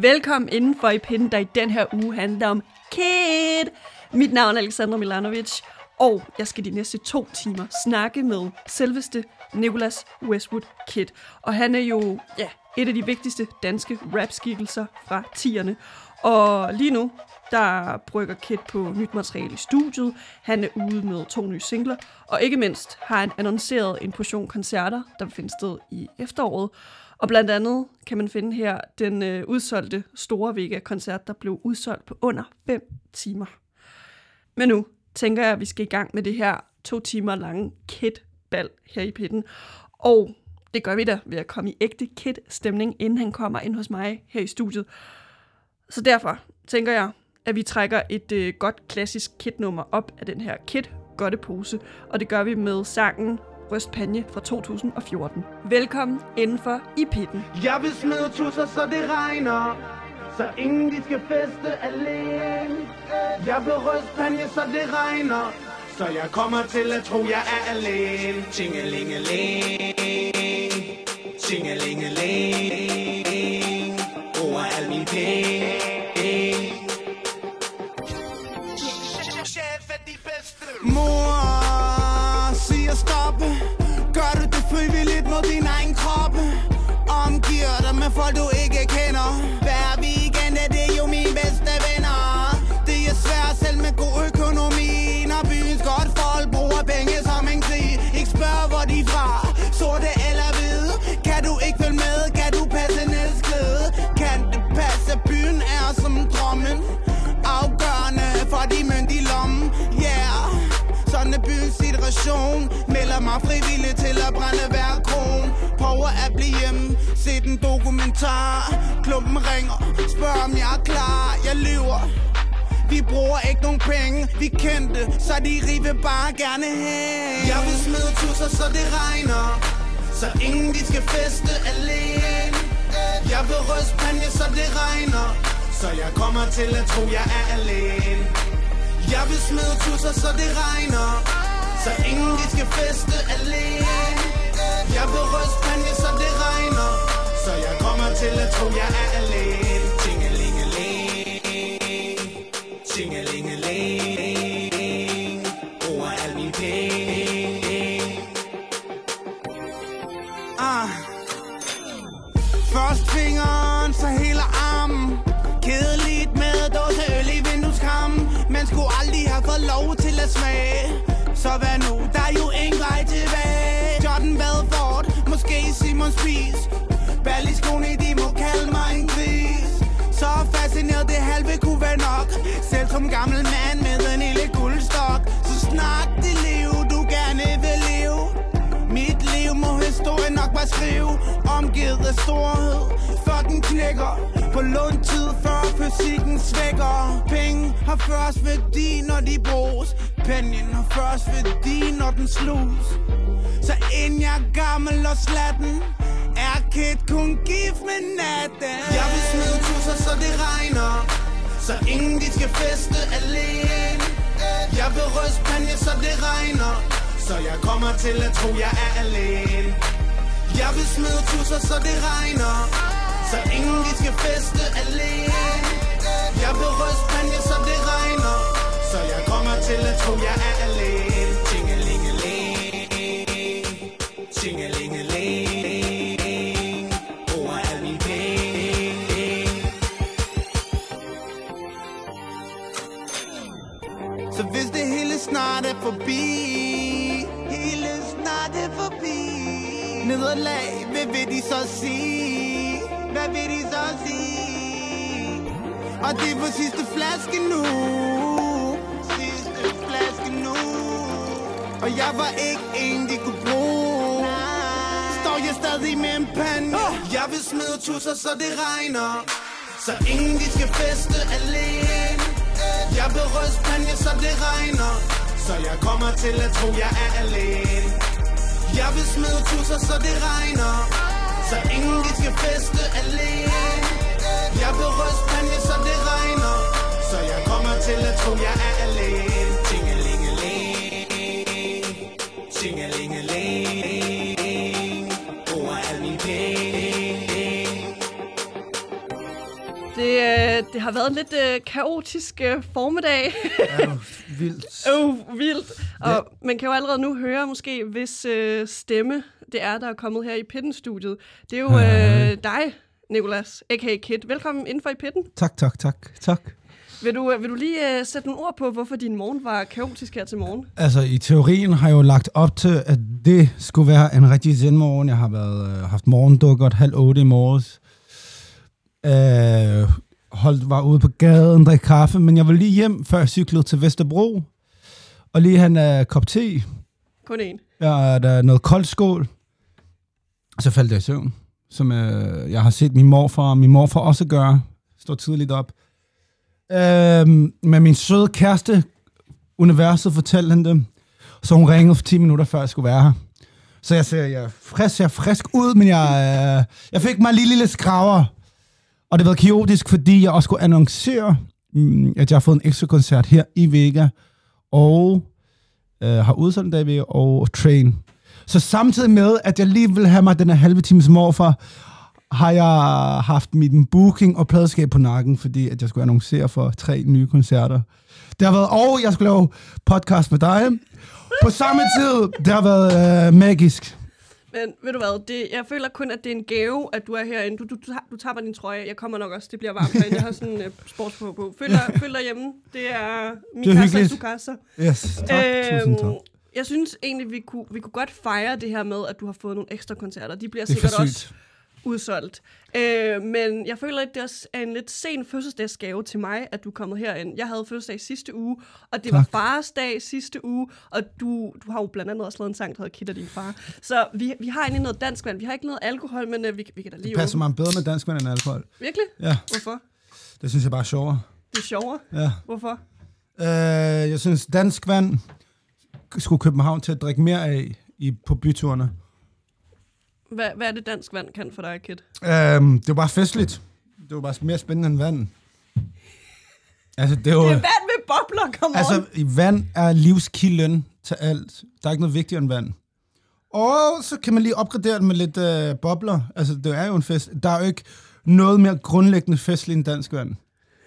Velkommen indenfor i pinden, der i den her uge handler om KID. Mit navn er Alexandra Milanovic, og jeg skal de næste 2 timer snakke med selveste Nicholas Westwood Kid. Og han er jo et af de vigtigste danske rapskikkelser fra 10'erne. Og lige nu, der brygger Kid på nyt materiale i studiet. Han er ude med 2 nye singler. Og ikke mindst har han annonceret en portion koncerter, der vil finde sted i efteråret. Og blandt andet kan man finde her den udsolgte Store Vega-koncert, der blev udsolgt på under 5 timer. Men nu tænker jeg, at vi skal i gang med det her 2 timer lange Kid-bal her i pitten. Og det gør vi da ved at komme i ægte Kid-stemning, inden han kommer ind hos mig her i studiet. Så derfor tænker jeg, at vi trækker et godt klassisk Kid-nummer op af den her Kid-godtepose. Og det gør vi med sangen Røstpanje fra 2014. Velkommen indenfor i pitten. Jeg vil smide tusser, så det regner, så ingen de skal feste alene. Jeg vil røstpanje, så det regner, så jeg kommer til at tro, jeg er alene. Tjingelingeling, tjingelingeling, over al min penge. Chef er de bedste. Mor siger stop. Gør du det frivilligt mod din egen krop? Omgiver dig med folk du ikke kender. Hver weekend er det jo mine bedste venner. Det er svært selv med god økonomi, når byens godt folk bruger penge som en krig. Ikke spørg hvor de er fra, sorte eller hvide. Kan du ikke følge med, kan du passe nedskridt? Kan det passe, at byen er som drømmen? Afgørende for de myndige lommen, yeah. Sådan er byens situation. Melder mig frivilligt til at brænde hver kron. Prøver at blive hjemme, se den dokumentar. Klumpen ringer, spørger om jeg er klar. Jeg lyver, vi bruger ikke nogen penge. Vi kendte, så de rige vil bare gerne have. Jeg vil smide tusser, så det regner, så ingen de skal feste alene. Jeg vil røstpanje, så det regner, så jeg kommer til at tro, jeg er alene. Jeg vil smide tusser, så det regner, så ingen de skal feste alene. Jeg vil røstpanje, så det regner, så jeg kommer til at tro, jeg er alene. Tjingelingeling, tjingelingeling, over al min penge. Først fingeren, så hele armen. Kedeligt med dåse øl i vindueskarmen. Man skulle aldrig have fået lov til at smage. Så hvad nu, der er jo ingen vej tilbage. Jordan Belfort, måske Simon Spies. Berlusconi, de må kalde mig en gris. Så fascineret det halve kunne være nok. Selv som gammel mand med en lille guldstok. Så snak det liv, du gerne vil leve. Mit liv må historien nok bare skrive. Omgivet af storhed, før den knækker. På låntid, før fysikken svækker. Penge har først værdi, når de bruges. Pengen har først værdi, når den sluges. Så inden jeg er gammel og slatten, er Kid kun gift med natten. Jeg vil smide tusser, så det regner, så ingen de skal feste alene. Jeg vil røstpanje, så det regner, så jeg kommer til at tro, jeg er alene. Jeg vil smide tusser, så det regner, så ingen de skal feste alene. Jeg vil røstpanje, så det regner, så jeg kommer til at tro, jeg er alene. Tjingelingeling, tjingelingeling, over al min penge. Så hvis det hele snart er forbi, hele snart er forbi. Nederlag, hvad vil de så sige? Hvad vil de så sige? Og det er på sidste flaske nu. Sidste flaske nu. Og jeg var ikke en, de kunne bruge. Står jeg stadig med en pande. Jeg vil smide tusser, så det regner, så ingen de skal feste alene. Jeg vil røstpanje, så det regner, så jeg kommer til at tro, jeg er alene. Jeg vil smide tusser, så det regner, så ingen de skal feste alene. Jeg vil røstpanje, så det regner, så jeg kommer til at tro, jeg er alene. Tjingelingeling, tjingelingeling, over al min penge. Det har været en lidt kaotisk formiddag. Vildt. Vildt. Og man kan jo allerede nu høre måske, hvis stemme det er, der er kommet her i Pitten-studiet. Det er jo dig, Nicolas, a.k.a. Kid. Velkommen indenfor i Pitten. Tak. Vil du lige sætte nogle ord på, hvorfor din morgen var kaotisk her til morgen? Altså, i teorien har jeg jo lagt op til, at det skulle være en rigtig zen-morgen. Jeg har haft morgendukkert 7:30 i morges. Var ude på gaden, drikke kaffe, men jeg var lige hjem, før jeg cyklede til Vesterbro, og lige have en kop te. Kun én? Ja, der er noget koldt skål. Og så faldt jeg i søvn, som jeg har set min morfar også gøre. Står tidligt op. Med min søde kæreste, universet, fortalte han det. Så hun ringede for 10 minutter, før jeg skulle være her. Så jeg ser frisk ud, men jeg fik mig lige lille skraver. Og det har været kaotisk, fordi jeg også skulle annoncere, at jeg har fået en ekstra koncert her i Vega, og har udsolgt en dag ved og train. Så samtidig med, at jeg lige vil have mig den her halve times morfar, har jeg haft min booking og pladeskab på nakken, fordi at jeg skulle annoncere for 3 nye koncerter. Det har været, og jeg skulle lave podcast med dig. På samme tid, det har været magisk. Men ved du hvad, jeg føler kun, at det er en gave, at du er herinde. Du tapper din trøje. Jeg kommer nok også, det bliver varmt herinde. Jeg har sådan en sportsbog på. Føl dig hjemme. Det er min casa, du casa. Yes, tak. Tusind tak. Jeg synes egentlig, vi kunne godt fejre det her med, at du har fået nogle ekstra koncerter. De bliver sikkert også udsolgt. Men jeg føler, at det også er en lidt sen fødselsdagsgave til mig, at du er kommet herind. Jeg havde fødselsdag sidste uge, og det var fars dag sidste uge, og du har jo blandt andet også lavet en sang, der hedder Kid og din far. Så vi har egentlig noget dansk vand. Vi har ikke noget alkohol, men vi kan da lige det passer mig bedre med dansk vand end alkohol. Virkelig? Ja. Hvorfor? Det synes jeg bare er sjovere. Det er sjovere? Ja. Hvorfor? Jeg synes, dansk vand skulle København til at drikke mere af på byturene. Hvad er det dansk vand kan for dig, Kid? Det var bare festligt. Det var bare mere spændende end vand. Altså, det er vand med bobler, come on! Altså, vand er livskilden til alt. Der er ikke noget vigtigere end vand. Og så kan man lige opgradere det med lidt bobler. Altså, det er jo en fest. Der er jo ikke noget mere grundlæggende festligt end dansk vand.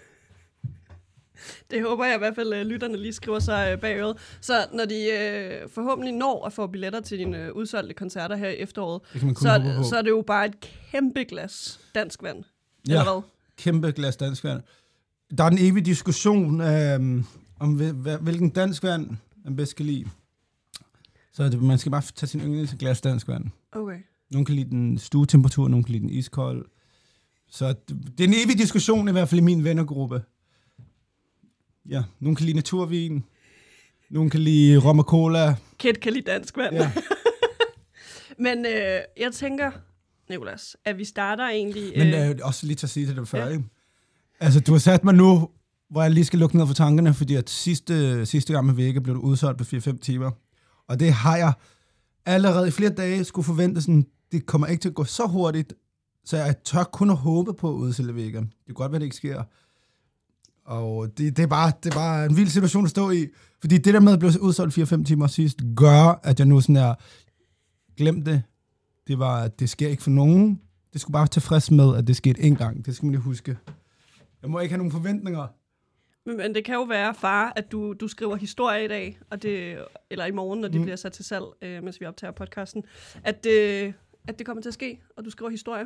Det håber jeg i hvert fald, lytterne lige skriver sig bag øret. Så når de forhåbentlig når at få billetter til dine udsolgte koncerter her i efteråret, så er det jo bare et kæmpe glas dansk vand. Ja, eller hvad? Kæmpe glas dansk vand. Der er en evig diskussion om, hvilken dansk vand man bedst kan lide. Så man skal bare tage sin yndlingsglas dansk vand. Okay. Nogle kan lide den stuetemperatur, nogle kan lide den iskold. Så det er en evig diskussion, i hvert fald i min vennergruppe. Ja, nogle kan lide naturvin, nogle kan lide rom og cola. Kid kan lide dansk vand. Ja. Men jeg tænker, Nicolas, at vi starter egentlig... Men også lige til at sige til det før, ikke? Altså, du har sat mig nu, hvor jeg lige skal lukke ned for tankerne, fordi at sidste gang med Vega blev du udsolgt på 4-5 timer. Og det har jeg allerede i flere dage skulle forvente, sådan, det kommer ikke til at gå så hurtigt, så jeg tør kun at håbe på at udsælge Vega. Det kan godt være, det ikke sker. Og det er bare en vild situation at stå i. Fordi det der med at blive udsolgt 4-5 timer sidst, gør, at jeg nu sådan er glemt det. Det sker ikke for nogen. Det skulle bare være tilfreds med, at det skete en gang. Det skal man lige huske. Jeg må ikke have nogen forventninger. Men det kan jo være, far, at du skriver historie i dag, eller i morgen, når det bliver sat til salg, mens vi optager podcasten, at det kommer til at ske, og du skriver historie.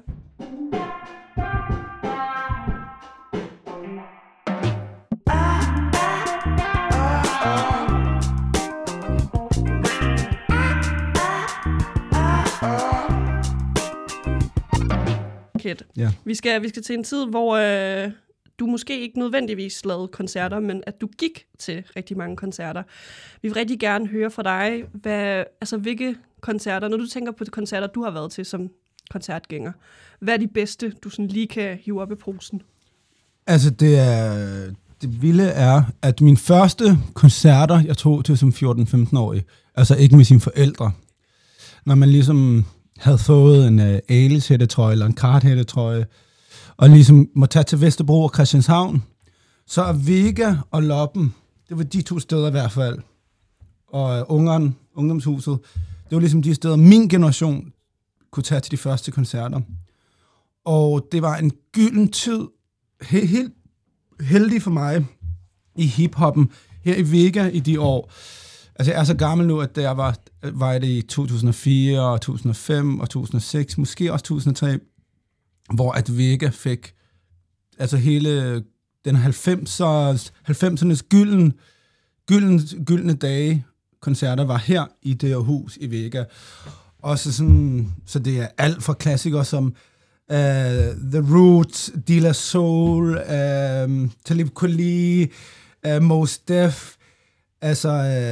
Ja. Vi skal til en tid, hvor du måske ikke nødvendigvis lavede koncerter, men at du gik til rigtig mange koncerter. Vi vil rigtig gerne høre fra dig, hvilke koncerter, når du tænker på de koncerter, du har været til som koncertgænger, hvad er de bedste, du sådan lige kan hive op i posen? Altså, det vilde er, at mine første koncerter, jeg tog til som 14-15-årig, altså ikke med sine forældre, når man ligesom havde fået en Alice-hættetrøje eller en Kart-hættetrøje, og ligesom må tage til Vesterbro og Christianshavn, så er Vega og Loppen, det var de 2 steder i hvert fald, og ungdomshuset, det var ligesom de steder, min generation kunne tage til de første koncerter. Og det var en gylden tid, helt heldig for mig i hiphoppen her i Vega i de år. Altså, jeg er så gammel nu, at da jeg var det i 2004, og 2005 og 2006, måske også 2003, hvor at Vega fik altså hele den 90'ernes gyldne dage koncerter var her i det her hus i Vega. Også sådan, så det er alt fra klassikere som The Roots, De La Soul, Talib Kweli, Mos Def, altså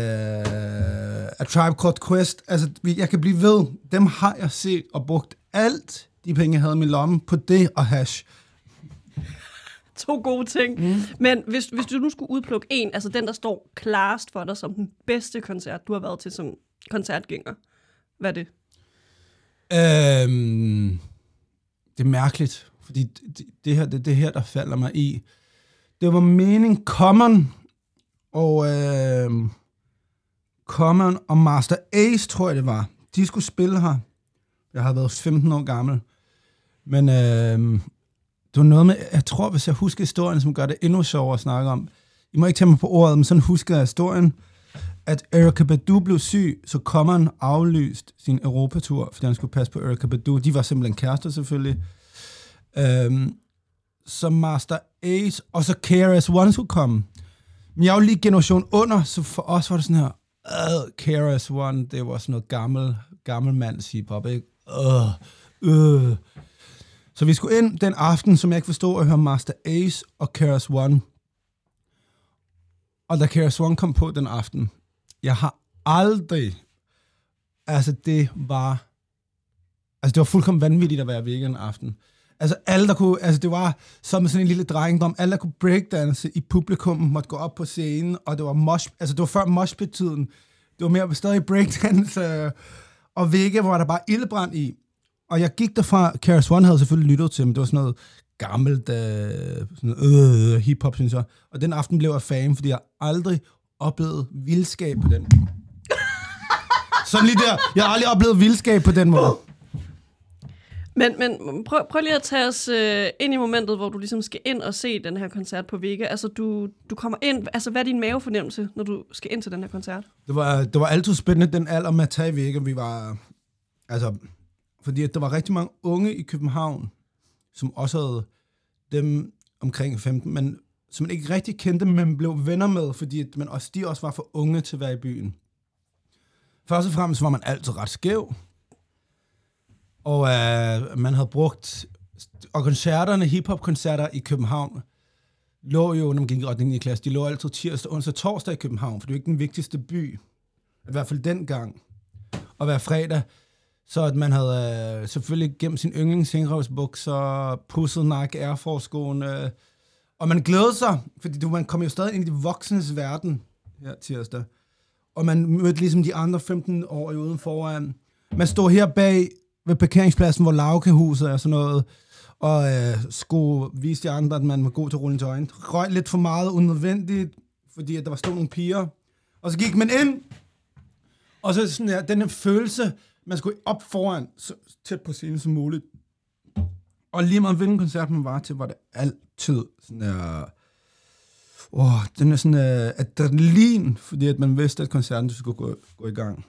A Tribe Called Quest. Altså, jeg kan blive ved. Dem har jeg set og brugt alt de penge, jeg havde i min lomme på det og hash. 2 gode ting. Men hvis du nu skulle udplukke en, altså den, der står klarest for dig som den bedste koncert, du har været til som koncertgænger, hvad er det? Det er mærkeligt, fordi det her, der falder mig i. Det var meningen Common og Master Ace, tror jeg det var. De skulle spille her. Jeg har været 15 år gammel. Men det var noget med, jeg tror, hvis jeg husker historien, som gør det endnu sjovere at snakke om. I må ikke tage mig på ordet, men sådan husker jeg historien, at Erykah Badu blev syg, så Common aflyst sin Europatur, fordi han skulle passe på Erykah Badu. De var simpelthen kærester selvfølgelig. Så Master Ace, og så KRS-One skulle komme. Men jeg er jo lige generation under, så for os var det sådan her, KRS-One, det var sådan noget gammel mands hiphop, ikke? Så vi skulle ind den aften, som jeg ikke forstod, at høre Master Ace og KRS-One. Og da KRS-One kom på den aften, jeg har aldrig, altså det var fuldkommen vanvittigt at være væk en aften. Altså alle der kunne, altså det var som sådan en lille drengedom, alle der kunne breakdance i publikum, måtte gå op på scenen, og det var det var før moshpit-tiden. Det var mere stadig breakdance, og Vega, hvor der bare ildebrand i. Og jeg gik derfra, KRS-One havde selvfølgelig lyttet til, men det var sådan noget gammelt hip-hop, synes jeg. Og den aften blev jeg fan, fordi jeg aldrig oplevede vildskab på den. Sådan lige der. Jeg har aldrig oplevet vildskab på den måde. Men prøv lige at tage os ind i momentet, hvor du ligesom skal ind og se den her koncert på Vega. Altså, du kommer ind. Altså, hvad er din mavefornemmelse, når du skal ind til den her koncert? Det var altid spændende, den alder med at tage i Vega. Vi var, altså, fordi der var rigtig mange unge i København, som også havde dem omkring 15, men som man ikke rigtig kendte, men blev venner med, fordi de også var for unge til at være i byen. Først og fremmest var man altid ret skæv, og man havde brugt, og koncerterne, hiphop-koncerter i København, lå jo, når man gik i retning i klasse, de lå altid tirsdag, onsdag, torsdag i København, for det er jo ikke den vigtigste by, i hvert fald dengang, og hver fredag, så at man havde selvfølgelig gemt sin yndlingshængerøvsbukser, pusset Nike Air Force-skoene, og man glædede sig, fordi man kom jo stadig ind i de voksnes verden her tirsdag, og man mødte ligesom de andre 15 år uden foran. Man stod her bag ved parkeringspladsen, hvor Laukehuset er sådan noget, og skulle vise de andre, at man var god til at rulle til øjne. Røg lidt for meget unødvendigt, fordi at der var stået nogle piger, og så gik man ind, og så sådan her, den her følelse, man skulle op foran, så tæt på scenen som muligt. Og lige meget hvilken koncert man var til, var det altid sådan der, den er sådan adrenalin, fordi at man vidste, at koncerten skulle gå i gang.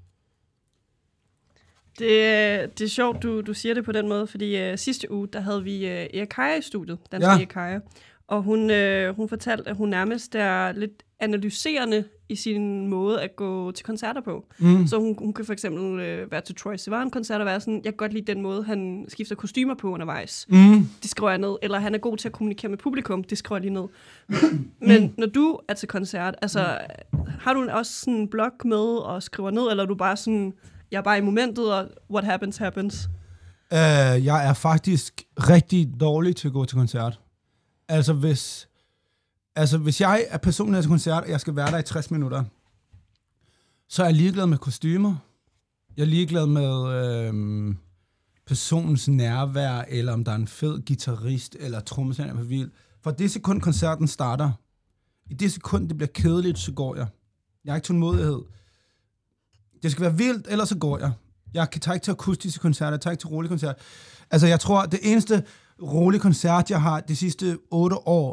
Det er sjovt, du siger det på den måde, fordi sidste uge, der havde vi Ea Kaja i studiet, danske Ea Kaja, og hun fortalte, at hun nærmest er lidt analyserende i sin måde at gå til koncerter på. Så hun kan for eksempel være til Troye Sivan-koncert og være sådan, jeg kan godt lide den måde, han skifter kostymer på undervejs. Det skriver jeg ned. Eller han er god til at kommunikere med publikum. Det skriver jeg lige ned. Men når du er til koncert, altså, har du også sådan en blog med og skriver ned, eller er du bare sådan, jeg er bare i momentet, og what happens, happens? Jeg er faktisk rigtig dårlig til at gå til koncert. Altså, hvis jeg er personlig til koncert, og jeg skal være der i 60 minutter, så er jeg ligeglad med kostymer. Jeg er ligeglad med personens nærvær, eller om der er en fed guitarist, eller trommeslager på vild. For det sekund, koncerten starter, i det sekund, det bliver kedeligt, så går jeg. Jeg har ikke tålmodighed. Det skal være vildt, ellers så går jeg. Jeg tager ikke til akustiske koncerter, jeg tager ikke til rolige koncerter. Altså, jeg tror, det eneste rolige koncert, jeg har de sidste 8 år,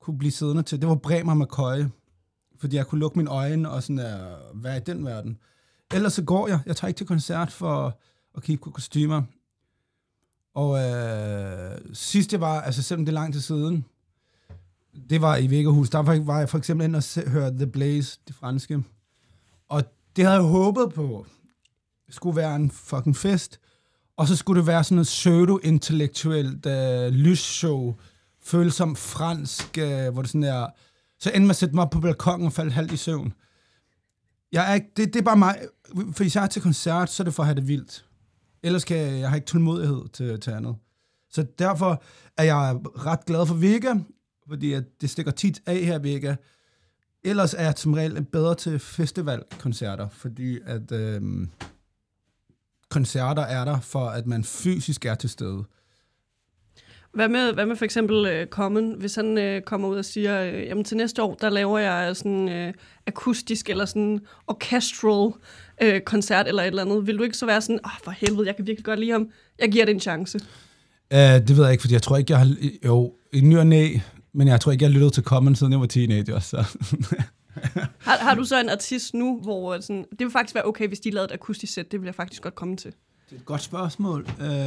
kunne blive siddende til, det var Bremer McCoy. Fordi jeg kunne lukke mine øjne og sådan være i den verden. Ellers så går jeg. Jeg tager ikke til koncert for at kigge på kostymer. Og sidst jeg var, altså selvom det er lang tid siden, det var i Vækkerhus. Der var jeg for eksempel inde og hørte The Blaze, det franske. Og det havde jeg håbet på. Det skulle være en fucking fest. Og så skulle det være sådan noget pseudo-intellektuelt lysshow, følsom fransk, hvor det sådan er. Så endte med at sætte mig op på balkongen og faldt halvt i søvn. Jeg er ikke, det er bare mig. For hvis jeg er til koncert, så er det for at have det vildt. Ellers kan jeg har ikke tålmodighed til andet. Så derfor er jeg ret glad for Vega, fordi at det stikker tit af her Vega. Ellers er jeg som regel bedre til festivalkoncerter, fordi at koncerter er der for, at man fysisk er til stede. Hvad med for eksempel Common, hvis han kommer ud og siger, jamen til næste år, der laver jeg sådan akustisk eller sådan orchestral koncert eller et eller andet. Vil du ikke så være sådan, for helvede, jeg kan virkelig godt lide ham, jeg giver det en chance? Det ved jeg ikke, fordi jeg tror ikke, jeg har... Jo, i ny og næ, men jeg tror ikke, jeg har lyttet til Common, siden jeg var teenager, så... har du så en artist nu, hvor sådan, det vil faktisk være okay, hvis de lavede et akustisk sæt, det vil jeg faktisk godt komme til? Det er et godt spørgsmål.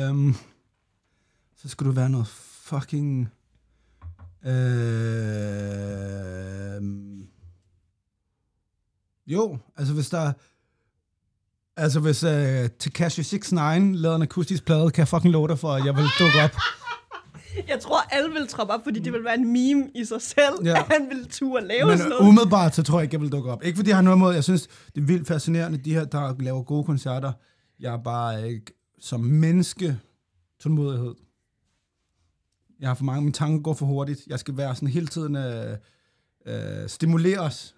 Så skulle du være noget fucking... Jo, altså hvis der... Altså hvis Tekashi 69 lavede en akustisk plade, kan jeg fucking love dig for, at jeg vil dukke op. Jeg tror, alle vil troppe op, fordi det vil være en meme i sig selv, at han ville turde lave sådan noget. Men umiddelbart, så tror jeg ikke, jeg vil dukke op. Ikke fordi jeg har noget imod, jeg synes, det er vildt fascinerende, de her, der laver gode koncerter. Jeg er bare ikke som menneske tålmodighed. Jeg har for mange, mine tanker går for hurtigt. Jeg skal være sådan hele tiden stimuleres.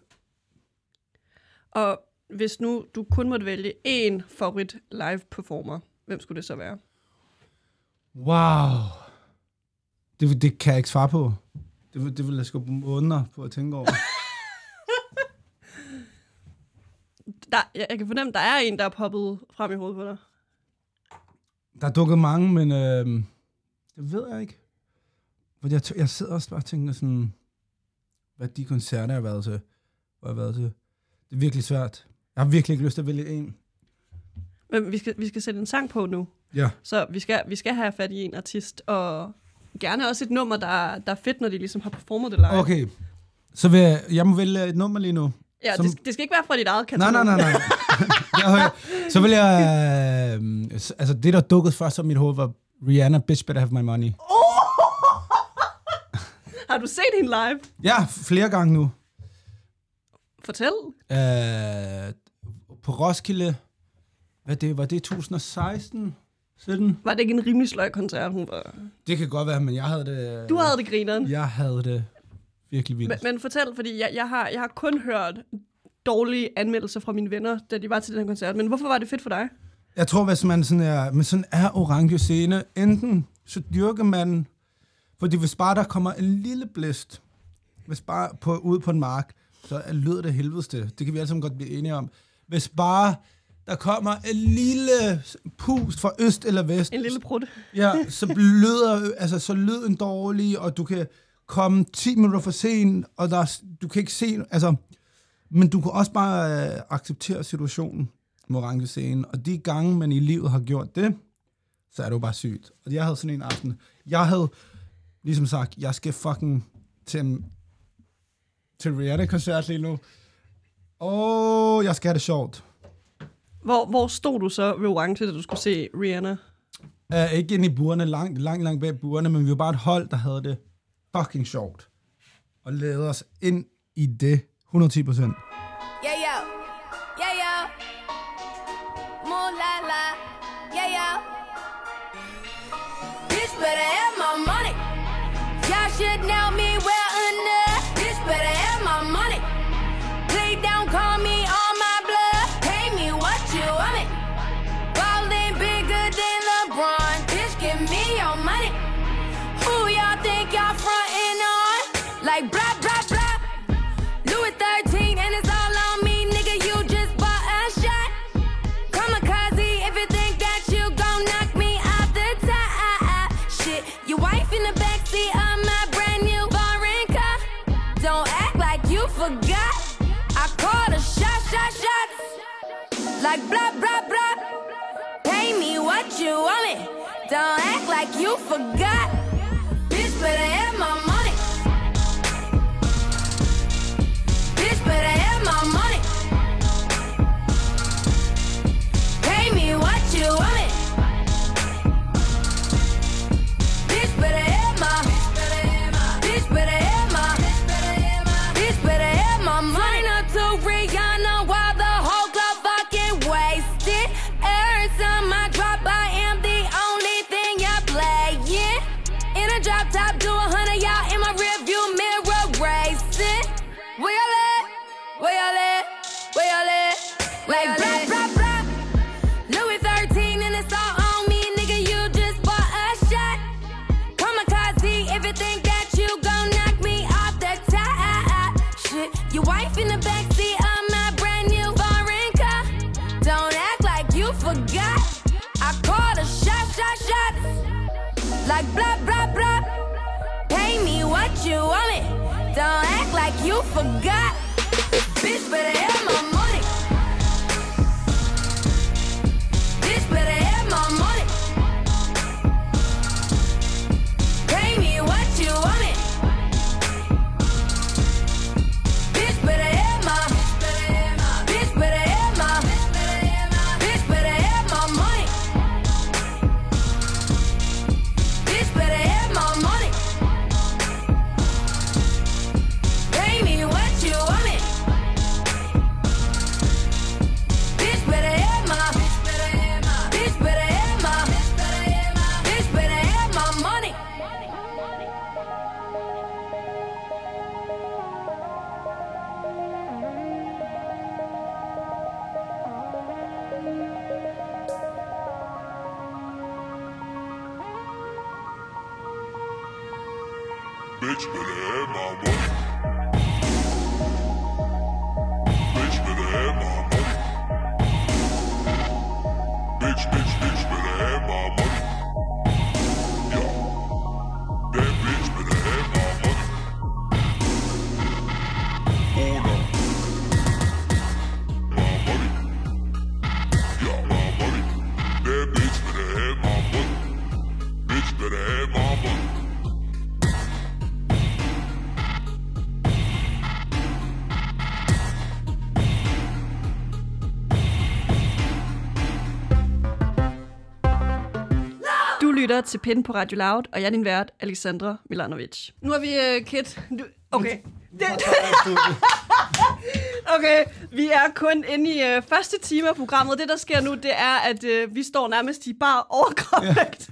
Og hvis nu du kun måtte vælge én favorit live performer, hvem skulle det så være? Wow. Det kan jeg ikke svare på. Det vil jeg sgu måneder på at tænke over. Jeg kan fornemme, der er en, der er poppet frem i hovedet på dig. Der er dukket mange, men det ved jeg ikke. Jeg sidder også bare og tænker sådan, hvad de koncerter jeg har været til. Det er virkelig svært. Jeg har virkelig ikke lyst til at vælge en. Men vi skal sætte en sang på nu. Ja. Så vi skal have fat i en artist, og gerne også et nummer, der er fedt, når de ligesom har performet det live. Okay, så vil jeg må vælge et nummer lige nu. Ja, som... det skal ikke være fra dit eget katalog. Nej. Så vil jeg... altså, det, der dukkede først op i mit hoved, var Rihanna, Bitch Better Have My Money. Har du set hende live? Ja, flere gange nu. Fortæl. På Roskilde. Var det 2016? 17? Var det ikke en rimelig sløj koncert, hun var? Det kan godt være, men jeg havde det... Du havde det, grineren? Jeg havde det virkelig vildt. Men fortæl, fordi jeg har kun hørt dårlige anmeldelser fra mine venner, da de var til den her koncert. Men hvorfor var det fedt for dig? Jeg tror, hvis man sådan er orange scene, enten så dyrker man... Fordi hvis bare der kommer en lille blæst, hvis bare ud på en mark, så lyder det helvedeste. Det kan vi alle sammen godt blive enige om. Hvis bare der kommer en lille pust fra øst eller vest. En lille prut. Ja, så lyden dårlig, og du kan komme 10 minutter for sent, og du kan ikke se, men du kan også bare acceptere situationen med orange scene. Og de gange, man i livet har gjort det, så er det jo bare sygt. Og jeg havde sådan en aften. Jeg havde ligesom sagt, jeg skal fucking til Rihanna-koncert lige nu. Jeg skal have det sjovt. Hvor stod du så ved orange, da du skulle se Rihanna? Ikke inde i burene, langt bag burene, men vi var bare et hold, der havde det fucking sjovt. Og lavede os ind i det 110%. Yeah, yo. Yeah, yo. Moolah, yeah, yo. Bitch better have my money. Y'all should know me well enough. Bitch better have my money. Please don't call me on my blood. Pay me what you want me. Ballin' bigger than LeBron. Bitch, give me your money. Who y'all think y'all frontin' on? Like blah, blah, blah. Louis 13 and it's all on me, nigga, you just bought a shot. Kamikaze if you think that you gon' knock me off the top. Shit, your wife in the backseat of my brand new forgot. I called a shots. Like blah, blah, blah. Pay me what you want me. Don't act like you forgot. Bitch better have my money. Bitch better have my money. Pay me what you want me. Bitch better have my. Bitch better have my. Bitch better have my money. Not to Rihanna while the whole club fucking wasted. Every time I drop, I am the only thing y'all playing. In a drop top, do 100, y'all in my rearview mirror racing. Where y'all at? Where y'all at? Where y'all at? Like blah, blah, blah. Louis 13 and it's all on me, nigga, you just bought a shot. Kamikaze if you think that you gon' knock me off the top. Shit, your wife in the backseat of my brand new foreign car. Don't act like you forgot. I called a shots. Like blah, blah, blah. Pay me what you want me. Don't act like you forgot. Bitch better have my money. Bitch better have my money. Pay me what you want me. Bitch better have my. Bitch better have my. Bitch better have my money. Bitch better have my money. Pay me what you want me. Bitch better have my. Bitch better have my. Bitch better have my money. Bitch better have my money. Bitch better have my money. Bitch better have my money. Yo, that bitch better have my money. Hold up. My money. Yo, my money. That bitch better have my money. Bitch better have my money. Du lytter til Pind på Radio Loud, og jeg er din vært, Alexandra Milanovic. Nu er vi Kit. Okay. Okay, vi er kun inde i første time af programmet. Det, der sker nu, det er, at vi står nærmest i bare overkropvægt.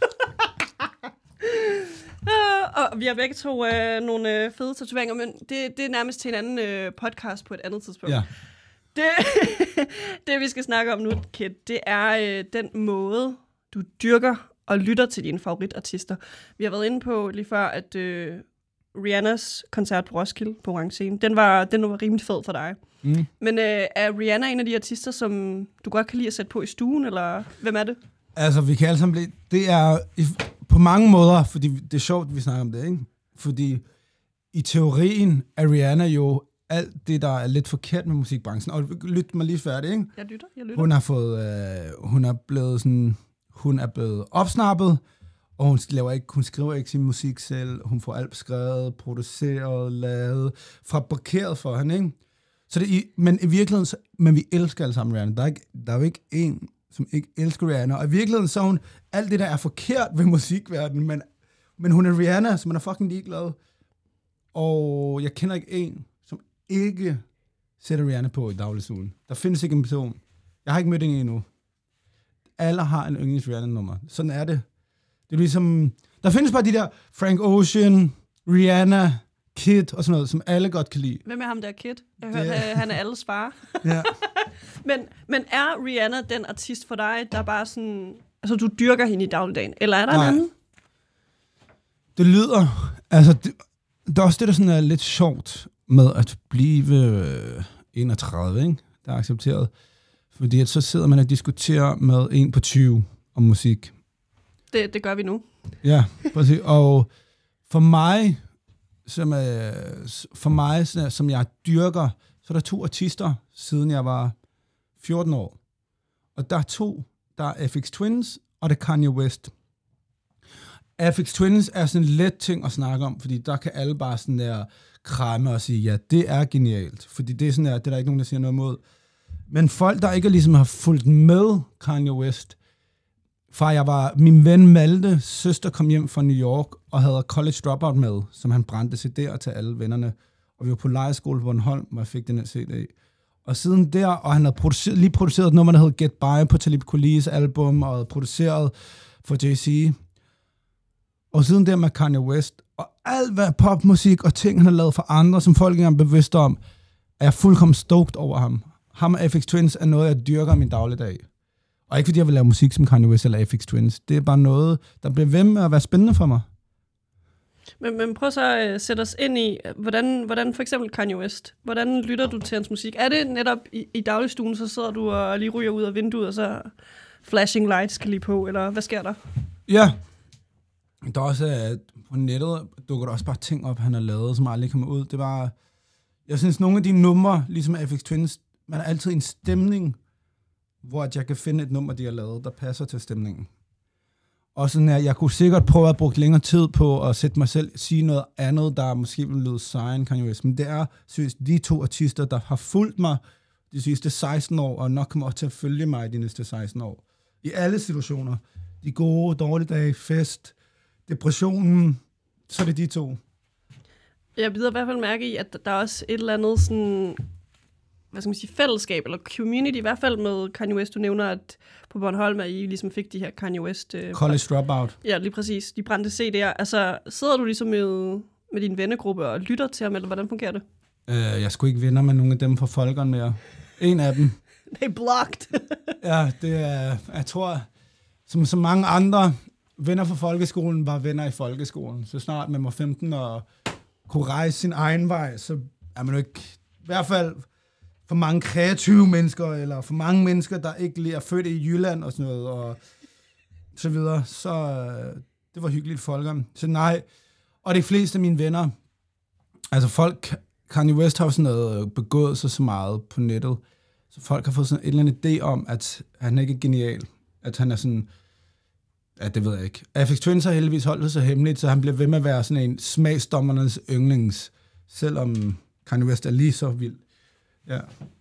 Og vi har begge to nogle fede tatoveringer, men det er nærmest til en anden podcast på et andet tidspunkt. Ja. Det vi skal snakke om nu, Kit, det er den måde, du dyrker og lytter til dine favoritartister. Vi har været inde på lige før, at Rihannas koncert på Roskilde på Orange Scene, den var rimelig fed for dig. Mm. Men er Rihanna en af de artister, som du godt kan lide at sætte på i stuen, eller hvem er det? Altså, vi kan alle sammen blive... Det er på mange måder, fordi det er sjovt, at vi snakker om det, ikke? Fordi i teorien er Rihanna jo alt det, der er lidt forkert med musikbranchen. Og lyt mig lige færdig, ikke? Jeg lytter. Hun har fået... Hun er blevet opsnappet, og hun skriver ikke sin musik selv. Hun får alt skrevet, produceret, lavet, fabrikeret for hende, ikke? Så det, men i virkeligheden, men vi elsker alle sammen Rihanna. Der er jo ikke en, som ikke elsker Rihanna. Og i virkeligheden så hun alt det, der er forkert ved musikverdenen, men hun er Rihanna, så man er fucking ligeglad. Og jeg kender ikke en, som ikke sætter Rihanna på i dagligstuen. Der findes ikke en person. Jeg har ikke mødt en endnu. Alle har en yndlings Rihanna-nummer. Sådan er det. Det er ligesom... Der findes bare de der Frank Ocean, Rihanna, Kid og sådan noget, som alle godt kan lide. Hvem er ham der Kid? Jeg har hørt, han er alles far. Ja. men er Rihanna den artist for dig, der bare sådan... Altså, du dyrker hende i dagligdagen? Eller er der en anden? Det lyder... Altså, det er også det, der sådan er lidt sjovt med at blive 31, ikke? Der er accepteret. Fordi at så sidder man og diskuterer med en på 20 om musik. Det gør vi nu. Ja, præcis. Og for mig som for mig, som jeg dyrker, så er der 2 artister, siden jeg var 14 år. Og der er 2. Der er Aphex Twins, og det er Kanye West. Aphex Twins er sådan en let ting at snakke om, fordi der kan alle bare sådan der kramme og sige, ja, det er genialt. Fordi det er sådan der, det er der ikke nogen, der siger noget imod. Men folk, der ikke ligesom har fulgt med Kanye West, fra min ven Malte, søster kom hjem fra New York og havde College Dropout med, som han brændte CD'er til alle vennerne. Og vi var på lejrskole på Bornholm, hvor jeg fik den her CD. Og siden der, og han havde lige produceret et nummer, der hed Get By på Talib Kweli's album, og havde produceret for Jay-Z. Og siden der med Kanye West, og alt hvad popmusik og ting, han har lavet for andre, som folk ikke er bevidste om, er jeg fuldkommen stoked over ham. Ham og Aphex Twins er noget, jeg dyrker i min dagligdag. Og ikke fordi jeg vil lave musik som Kanye West eller Aphex Twins. Det er bare noget, der bliver ved med at være spændende for mig. Men prøv så at sætte os ind i, hvordan for eksempel Kanye West, hvordan lytter du til hans musik? Er det netop i dagligstuen, så sidder du og lige ryger ud af vinduet, og så flashing lights skal lige på, eller hvad sker der? Ja. Der er også, på nettet dukker der også bare ting op, han har lavet, som aldrig kommer ud. Det var, jeg synes, nogle af de numre, ligesom Aphex Twins, man er altid i en stemning, hvor jeg kan finde et nummer, de har lavet, der passer til stemningen. Og sådan at jeg kunne sikkert prøve at bruge længere tid på at sætte mig selv, sige noget andet, der måske ville lyde sejren, Kanye West. Men det er seriøst de 2 artister, der har fulgt mig de sidste 16 år, og nok kommer også til at følge mig de næste 16 år. I alle situationer. De gode, dårlige dage, fest, depressionen, så er det de 2. Jeg bider i hvert fald mærke i, at der er også et eller andet sådan, hvad skal man sige, fællesskab, eller community, i hvert fald med Kanye West. Du nævner, at på Bornholm, at I ligesom fik de her Kanye West... College Dropout. Ja, lige præcis. De brændte CD'er. Altså, sidder du ligesom med din vennegruppe og lytter til ham, eller hvordan fungerer det? Jeg skulle ikke venner med nogle af dem fra Folkeren mere. En af dem. They blocked. Ja, det er... Jeg tror, som så mange andre venner fra folkeskolen var venner i folkeskolen. Så snart man var 15 og kunne rejse sin egen vej, så er man jo ikke... I hvert fald... for mange kreative mennesker, eller for mange mennesker, der ikke lige er født i Jylland og sådan noget, og så videre. Så det var hyggeligt folk. Så nej. Og de fleste af mine venner, altså folk, Kanye West har sådan noget begået sig så meget på nettet, så folk har fået sådan en eller anden idé om, at han ikke er genial. At han er sådan, ja, det ved jeg ikke. Aphex Twins har heldigvis holdt det så hemmeligt, så han bliver ved med at være sådan en smagsdommernes yndlings, selvom Kanye West er lige så vild. Ja.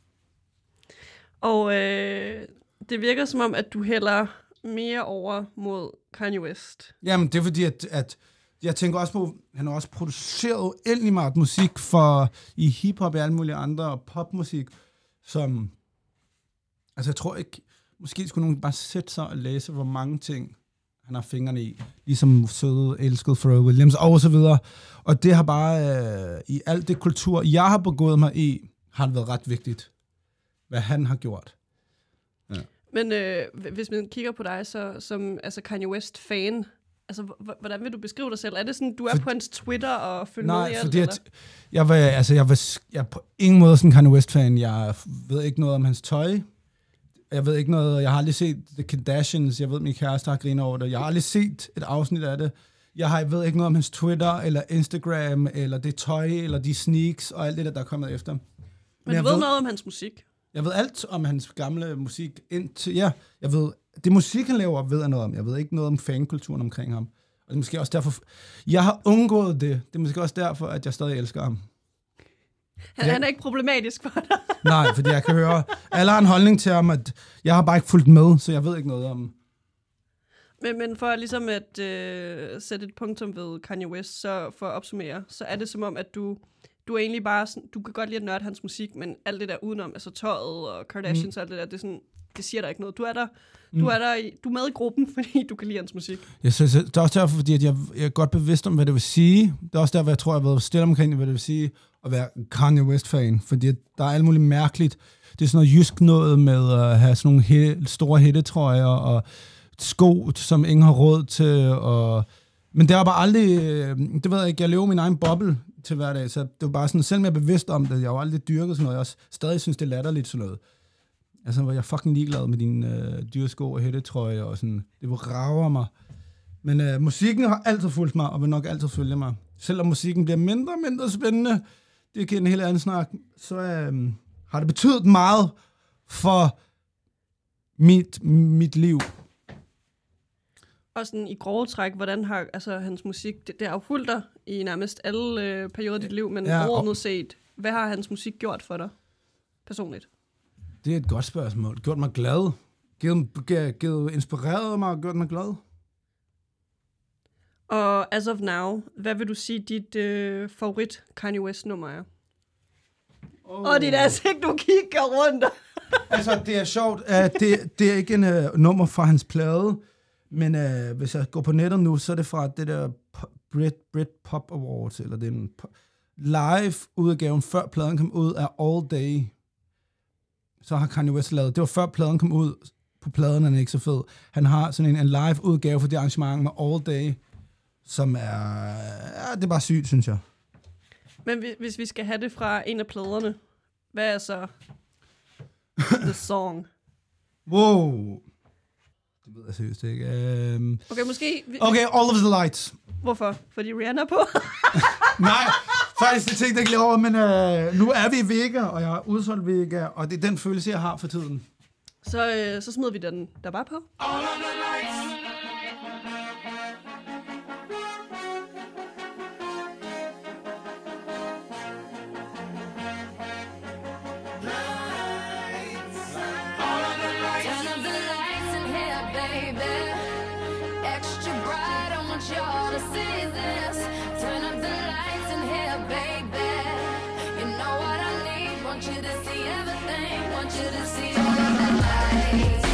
Og det virker som om, at du hælder mere over mod Kanye West. Jamen, det er fordi, at jeg tænker også på, han har også produceret uendelig meget musik for i hiphop og alle mulige andre popmusik, som, altså jeg tror ikke, måske skulle nogen bare sætte sig og læse, hvor mange ting han har fingrene i, ligesom søde, elskede Pharrell Williams og så videre. Og det har bare, i alt det kultur, jeg har begået mig i, har det været ret vigtigt, hvad han har gjort. Ja. Men hvis man kigger på dig som altså Kanye West-fan, altså hvordan vil du beskrive dig selv? Er det sådan, du er på hans Twitter og følger med i alt? Nej, fordi jeg er på ingen måde sådan en Kanye West-fan. Jeg ved ikke noget om hans tøj. Jeg ved ikke noget, jeg har aldrig set The Kardashians. Jeg ved, min kæreste har grinet over det. Jeg har aldrig set et afsnit af det. Jeg ved ikke noget om hans Twitter, eller Instagram, eller det tøj, eller de sneaks, og alt det, der er kommet efter. Men du ved noget om hans musik? Jeg ved alt om hans gamle musik. Jeg ved, det musik, han laver, ved jeg noget om. Jeg ved ikke noget om fankulturen omkring ham. Og det er måske også derfor, jeg har undgået det. Det er måske også derfor, at jeg stadig elsker ham. Han er ikke problematisk for dig. Nej, fordi jeg kan høre, alle har en holdning til ham, at jeg har bare ikke fulgt med, så jeg ved ikke noget om. Men for ligesom at sætte et punktum ved Kanye West, så for at opsummere, så er det som om, at du er egentlig bare sådan, du kan godt lide at nørde hans musik, men alt det der udenom, altså tøjet og Kardashians og alt det der, det er sådan, det siger der ikke noget. Du er med i gruppen, fordi du kan lide hans musik. Jeg synes, det er også derfor, fordi at jeg er godt bevidst om, hvad det vil sige. Det er også derfor, jeg tror, jeg har været stille omkring, hvad det vil sige at være Kanye West-fan, fordi der er alt muligt mærkeligt. Det er sådan noget jysk noget med at have sådan nogle store hættetrøjer og sko, som ingen har råd til. Men det er bare aldrig, det ved jeg ikke, jeg lever min egen boble til hverdag, så det var bare sådan, selvom jeg er bevidst om det, jeg har jo aldrig dyrket sådan noget, jeg også stadig synes, det er latterligt sådan noget. Altså, hvor jeg er fucking ligeglad med dine dyresko og hættetrøjer og sådan, det rager mig. Men musikken har altid fulgt mig, og vil nok altid følge mig. selvom musikken bliver mindre og mindre spændende, det er en helt anden snak, så har det betydet meget for mit liv. Og sådan i grove træk, hvordan har altså, hans musik, det har jo fulgt dig i nærmest alle perioder af dit liv, men overordnet set, hvad har hans musik gjort for dig personligt? Det er et godt spørgsmål. Gjort mig glad. Givet inspireret mig og gjort mig glad. Og as of now, hvad vil du sige, dit favorit Kanye West-nummer er? Og dit ansigt, du kigger rundt. Altså, det er sjovt. Det er ikke en nummer fra hans plade, men hvis jeg går på nettet nu, så er det fra det der Brit Pop Awards, eller det er en live-udgaven, før pladen kom ud, af All Day. Så har Kanye West lavet. Det var før pladen kom ud. På pladen er den ikke så fed. Han har sådan en live-udgave for det arrangement med All Day, som er... Ja, det er bare sygt, synes jeg. Men hvis vi skal have det fra en af pladerne, hvad er så the song? Wow. Det ved jeg seriøst ikke. Okay, måske... Okay, All of the Lights. Hvorfor? Fordi Rihanna er på? Nej, faktisk det tænkte jeg ikke lige over, men nu er vi i Vega, og jeg har udsolgt Vega, og det er den følelse, jeg har for tiden. Så smider vi den der bare på. All of the lights. Turn up the lights in here, baby. Extra bright, I want y'all to see this. Turn up the lights in here, baby. You know what I need, want you to see everything. Want you to see all of the lights.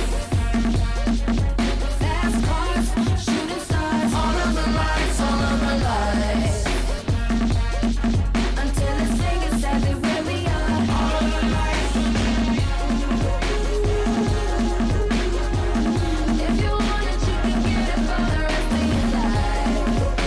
Fast cars, shooting stars. All of the lights, all of the lights. Until it's Vegas everywhere we are. All of the lights. If you want it, you can get it for the rest of your life.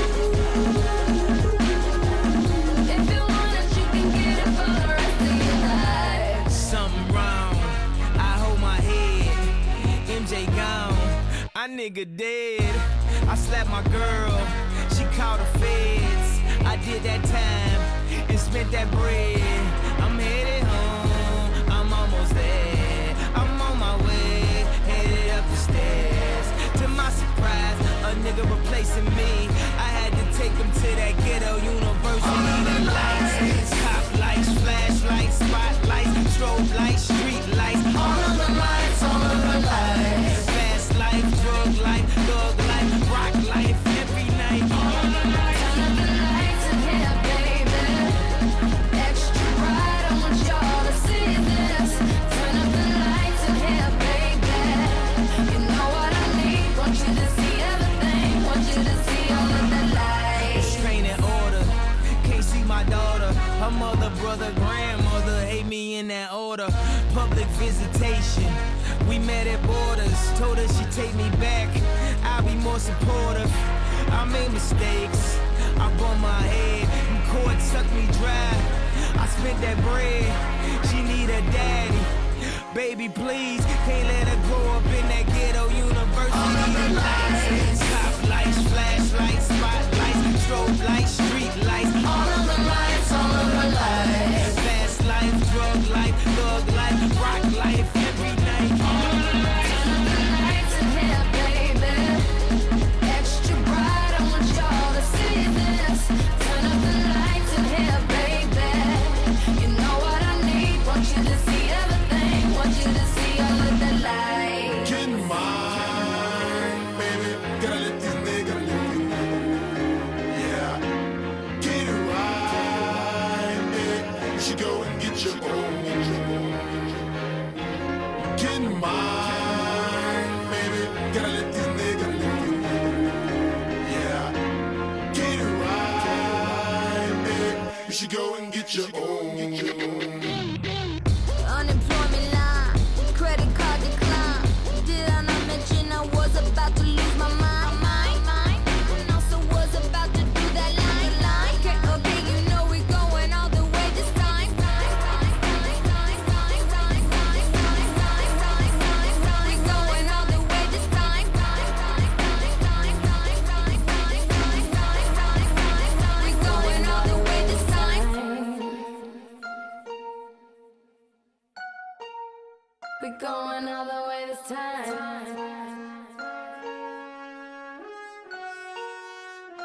If you want it, you can get it for the rest of your life. Something wrong, I hold my head. MJ gone, I nigga dead. I slapped my girl, she called the feds. I did that time and spent that bread. I'm headed home, I'm almost there. I'm on my way, headed up the stairs. To my surprise, a nigga replacing me. I had to take him to that ghetto university. The lights, top lights, flashlights, spotlights, strobe lights, street lights. All of the lights, all of the lights. Fast life, drug life, thug life, rock life, every night. All of the lights. Turn up the lights in here, baby. Extra bright, I want y'all to see this. Turn up the lights in here, baby. You know what I need, want you to see everything. Want you to see all of the lights. Training order, can't see my daughter. Her mother, brother, grandmother hate me in that order. Public visitation, we met at borders. Told her she'd take me back, I'll be more supportive. I made mistakes, I bumped my head, and court sucked me dry. I spent that bread, she need a daddy. Baby, please, can't let her grow up in that ghetto university. The lights, top lights, flashlights, spotlights, strobe lights, street lights. All of the lights, all of the lights. Fast life, drug life, thug life, rock life, every night. All of the lights. Turn up the lights in here, baby. Extra bright, I want y'all to see this. Turn up the lights in here, baby. You know what I need, want you to see everything. Want you to see all of the lights. Get mine, baby. Gotta let this nigga live. Yeah. Get it right, baby. You should go and get your own. Get mine, baby. Gotta let this nigga live. Yeah. Get it right, baby. You should go and get your own. Unemployment line, credit card decline. Did I not mention I was about to lose my mind? And also was about to do that line. Okay, you know we're going all the way this time. We're going all the way this time. We're going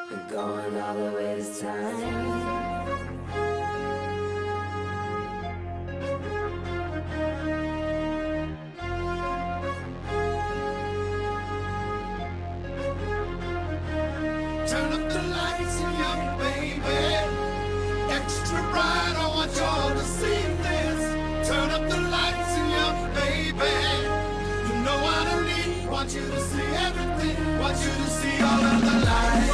We're going all the way this time. Turn up the lights and young baby. Extra bright, I want y'all to see this. Turn up the lights and young baby. You know what I need. Want you to see everything. Want you to see all of the lights.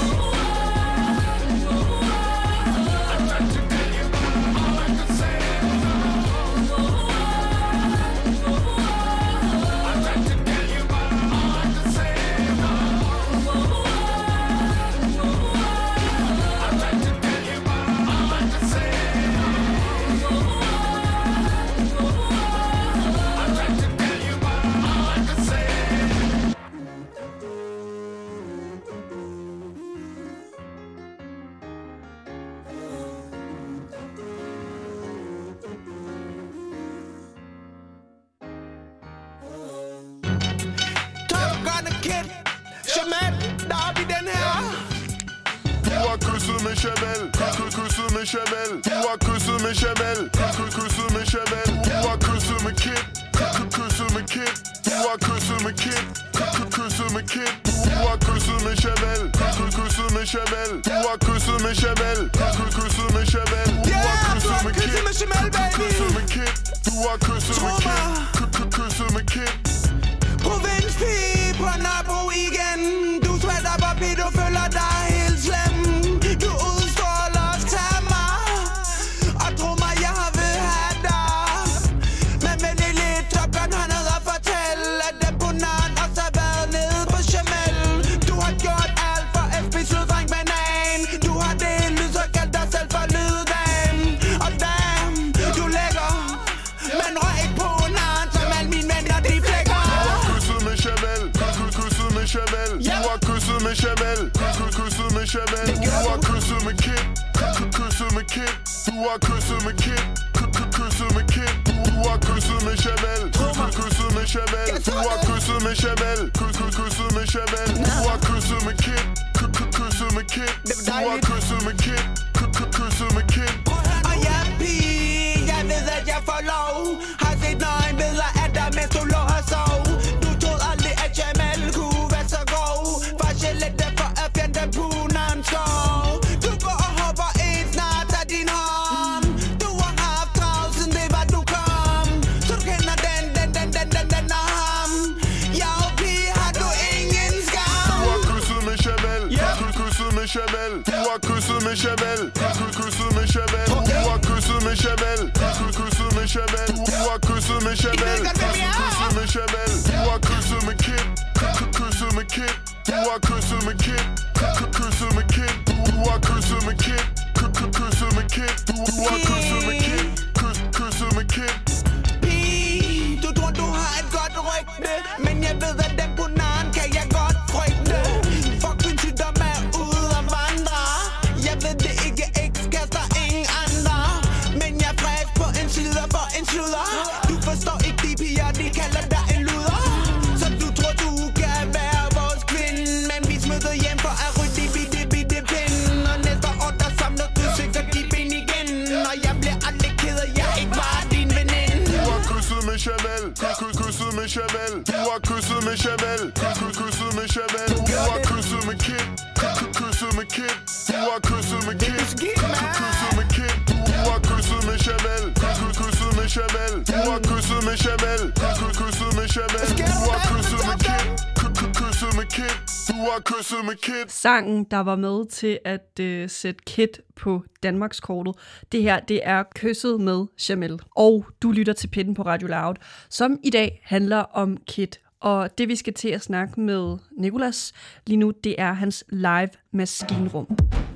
I tried to tell you, but all I could say. I tried to tell you, but all I could say. Med Chanel, kysset med Chanel. Du har kysset med Chanel, kysset med Chanel. Du har kysset med Kid, kysset med Kid. Du har kysset med Kid, kysset med Kid. Du har kysset med Chanel, kysset med Chanel. Du har kysset med Chanel, kysset med Chanel. Du har kysset med Kid, kysset med Kid. Du har kysset med Kid, kysset med Kid. Provinspige på Nørrebro igen. Du sweater papi, du føler dig helt slem. Du udstråler til mig og tro mig, jeg vil have dig. Men med lille Top Gun har ned og fortælle, at den på naren også har været nede på Jamel. Du har gjort alt for FB Syddreng Banan. Du har det lyd og kaldt dig selv for lyddam. Og damn, du lækker, men røg ikke på naren, som alle mine venner de flækker. Du har kysset med Chanel, kysset med Chanel. Du har kysset med Chanel, kysset med Chanel. Du har kysset med Kid, kysset med Kid. Du har kysset med Kid, kysset med Kid. Du har kysset med Chanel, kysset med Chanel. Du har kysset med Chanel, kysset med Chanel. Du har kysset med Kid, kysset med Kid. Du har kysset med Kid, kysset med Kid. Og jeg er pige, jeg ved at jeg får lov. Har set nøgenbilleder af dig, mens du lå og sov. Du troede aldrig at Jamal kunne være så god. For gelette for at fjerne den puneren skov. Du går og hopper ind, snart tager din hånd. Du har haft travlt, siden det var du kom. Så du kender den og ham. Jeg er pige, har du ingen skam. Du har kysset med Chanel, kysset med Chanel. Du har kysset med Chanel, kysset med Chanel. Du har kysset med Chanel, kysset med Chanel. Du har kysset med Chanel, kysset med Chanel. Du har kysset med Kid, kysset med Kid. Du har kysset med Kid, kysset med Kid. Du har kysset med Kid, kysset med Kid. Du har kysset med Kid, kysset med Kid. Pige, du tror du har et godt rygte, men jeg ved at den på naren kan jeg godt frygte. Fuck min sygdom er ude og vandre. Jeg ved det ikke, kaster ingen andre. Men jeg er frisk på en slider for en sluder. Du forstår ikke de piger, de kalder dig en luder. Så du tror du kan være vores kvinde, men vi smutter hjem for at rydde de bitte pind. Og næste år der samler du søgt og de ben igen. Og jeg bliver aldrig ked af, jeg ikke var din veninde. Du har kysset med Chanel, kysset med Chanel. Du har kysset med Chanel, kysset med Chanel. Du har kysset med Kid, kysset med Kid. Du har kysset med Kid, kysset med Kid. Du har kysset med Chanel, kysset med Chanel. Du har kysset med Chanel, kysset med Chanel. Du har kysset med Kid, kysset med Kid. Du har kysset med Kid. Sangen, der var med til at sætte Kid på Danmarkskortet. Det her, det er Kysset med Jamel. Og du lytter til Pitten på Radio Loud, som i dag handler om Kid. Og det, vi skal til at snakke med Nicolas lige nu, det er hans live maskinrum.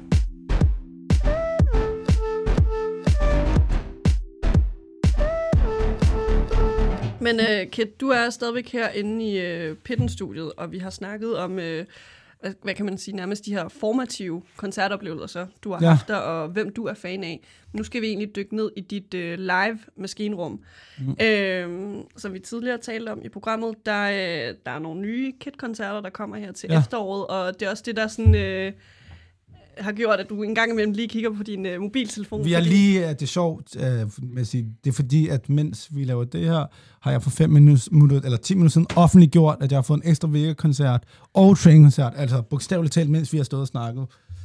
Men Kid, du er stadigvæk herinde i Pitten-studiet, og vi har snakket om, hvad kan man sige, nærmest de her formative koncertoplevelser, du har haft der, og hvem du er fan af. Nu skal vi egentlig dykke ned i dit live maskinrum. Som vi tidligere talte om i programmet, der er nogle nye Kid-koncerter, der kommer her til efteråret, og det er også det, der sådan... har gjort, at du en gang imellem lige kigger på din mobiltelefon. Vi er lige, det er sjovt, med at sige, det er fordi, at mens vi laver det her, har jeg for 10 minutter siden offentliggjort, at jeg har fået en ekstra Vega-koncert og training-koncert, altså bogstaveligt talt, mens vi har stået og snakket.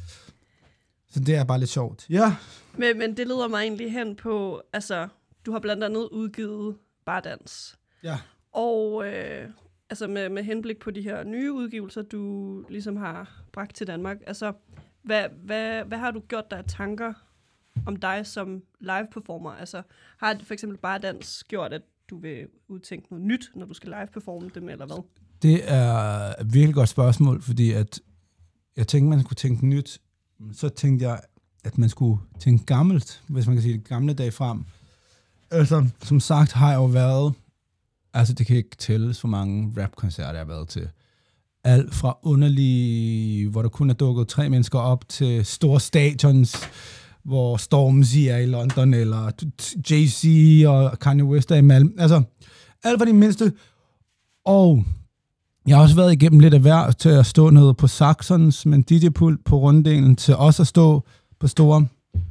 Så det er bare lidt sjovt. Ja. Men det leder mig egentlig hen på, altså, du har blandt andet udgivet Bardans. Ja. Og altså med henblik på de her nye udgivelser, du ligesom har bragt til Danmark, altså, hvad har du gjort dig af tanker om dig som live-performer? Altså, har for eksempel Bardans gjort, at du vil udtænke noget nyt, når du skal live-performe dem, eller hvad? Det er et virkelig godt spørgsmål, fordi at jeg tænkte, man skulle tænke nyt. Så tænkte jeg, at man skulle tænke gammelt, hvis man kan sige det, gamle dage frem. Altså, som sagt har jeg jo været, altså det kan ikke tælles for mange rap-koncerter, jeg har været til. Alt fra underlige, hvor der kun er dukket 3 mennesker op, til store stadions, hvor Stormzy er i London, eller Jay-Z og Kanye West er i Malmø. Altså, alt fra de mindste. Og jeg har også været igennem lidt af hver til at stå nede på Saxons med en DJ-pult på runddelen, til også at stå på store.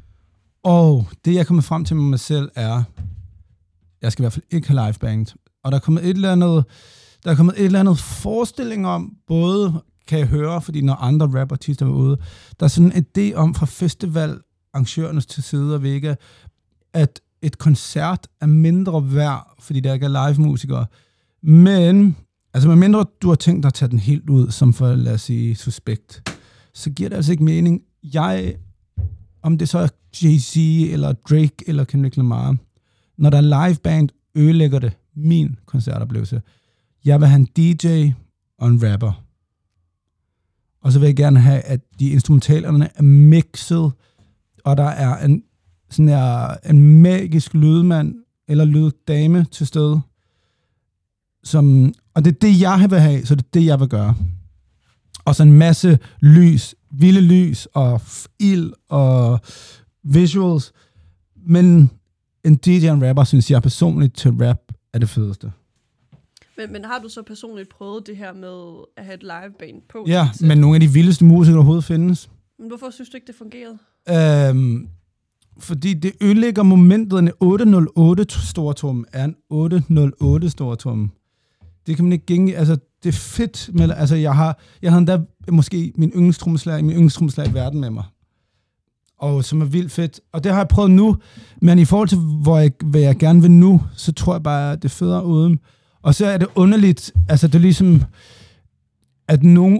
Og det, jeg kommer frem til med mig selv, er, jeg skal i hvert fald ikke have liveband. Og der er kommet et eller andet forestilling om, både kan jeg høre, fordi når andre rapartister er ude, der er sådan en idé om fra festivalarrangørernes til side af Vega, at et koncert er mindre værd, fordi der ikke er live-musikere. Men, altså medmindre du har tænkt dig at tage den helt ud, som for, lad os sige, Suspekt, så giver det altså ikke mening. Om det så er Jay-Z, eller Drake, eller Kendrick Lamar, når der er liveband, ødelægger det min koncertoplevelse. Jeg vil have en DJ og en rapper. Og så vil jeg gerne have, at de instrumentalerne er mixet, og der er en magisk lydmand eller lyddame til stede. Og det er det, jeg vil have, så det er det, jeg vil gøre. Og så en masse lys, vilde lys og ild og visuals. Men en DJ og en rapper, synes jeg personligt, til rap er det fedeste. Men har du så personligt prøvet det her med at have et liveband på? Ja, men nogle af de vildeste musikere, der overhovedet findes. Men hvorfor synes du ikke, det fungerede? Fordi det ødelægger momentet. En 808 stortum er en 808 stortum. Det kan man ikke gænge. Altså, det er fedt. Men, altså, jeg har endda måske min yndlingstrommeslager i verden med mig. Og som er vildt fedt. Og det har jeg prøvet nu. Men i forhold til, hvad jeg gerne vil nu, så tror jeg bare, at det er federe uden. Og så er det underligt. Altså, det er ligesom, at nogen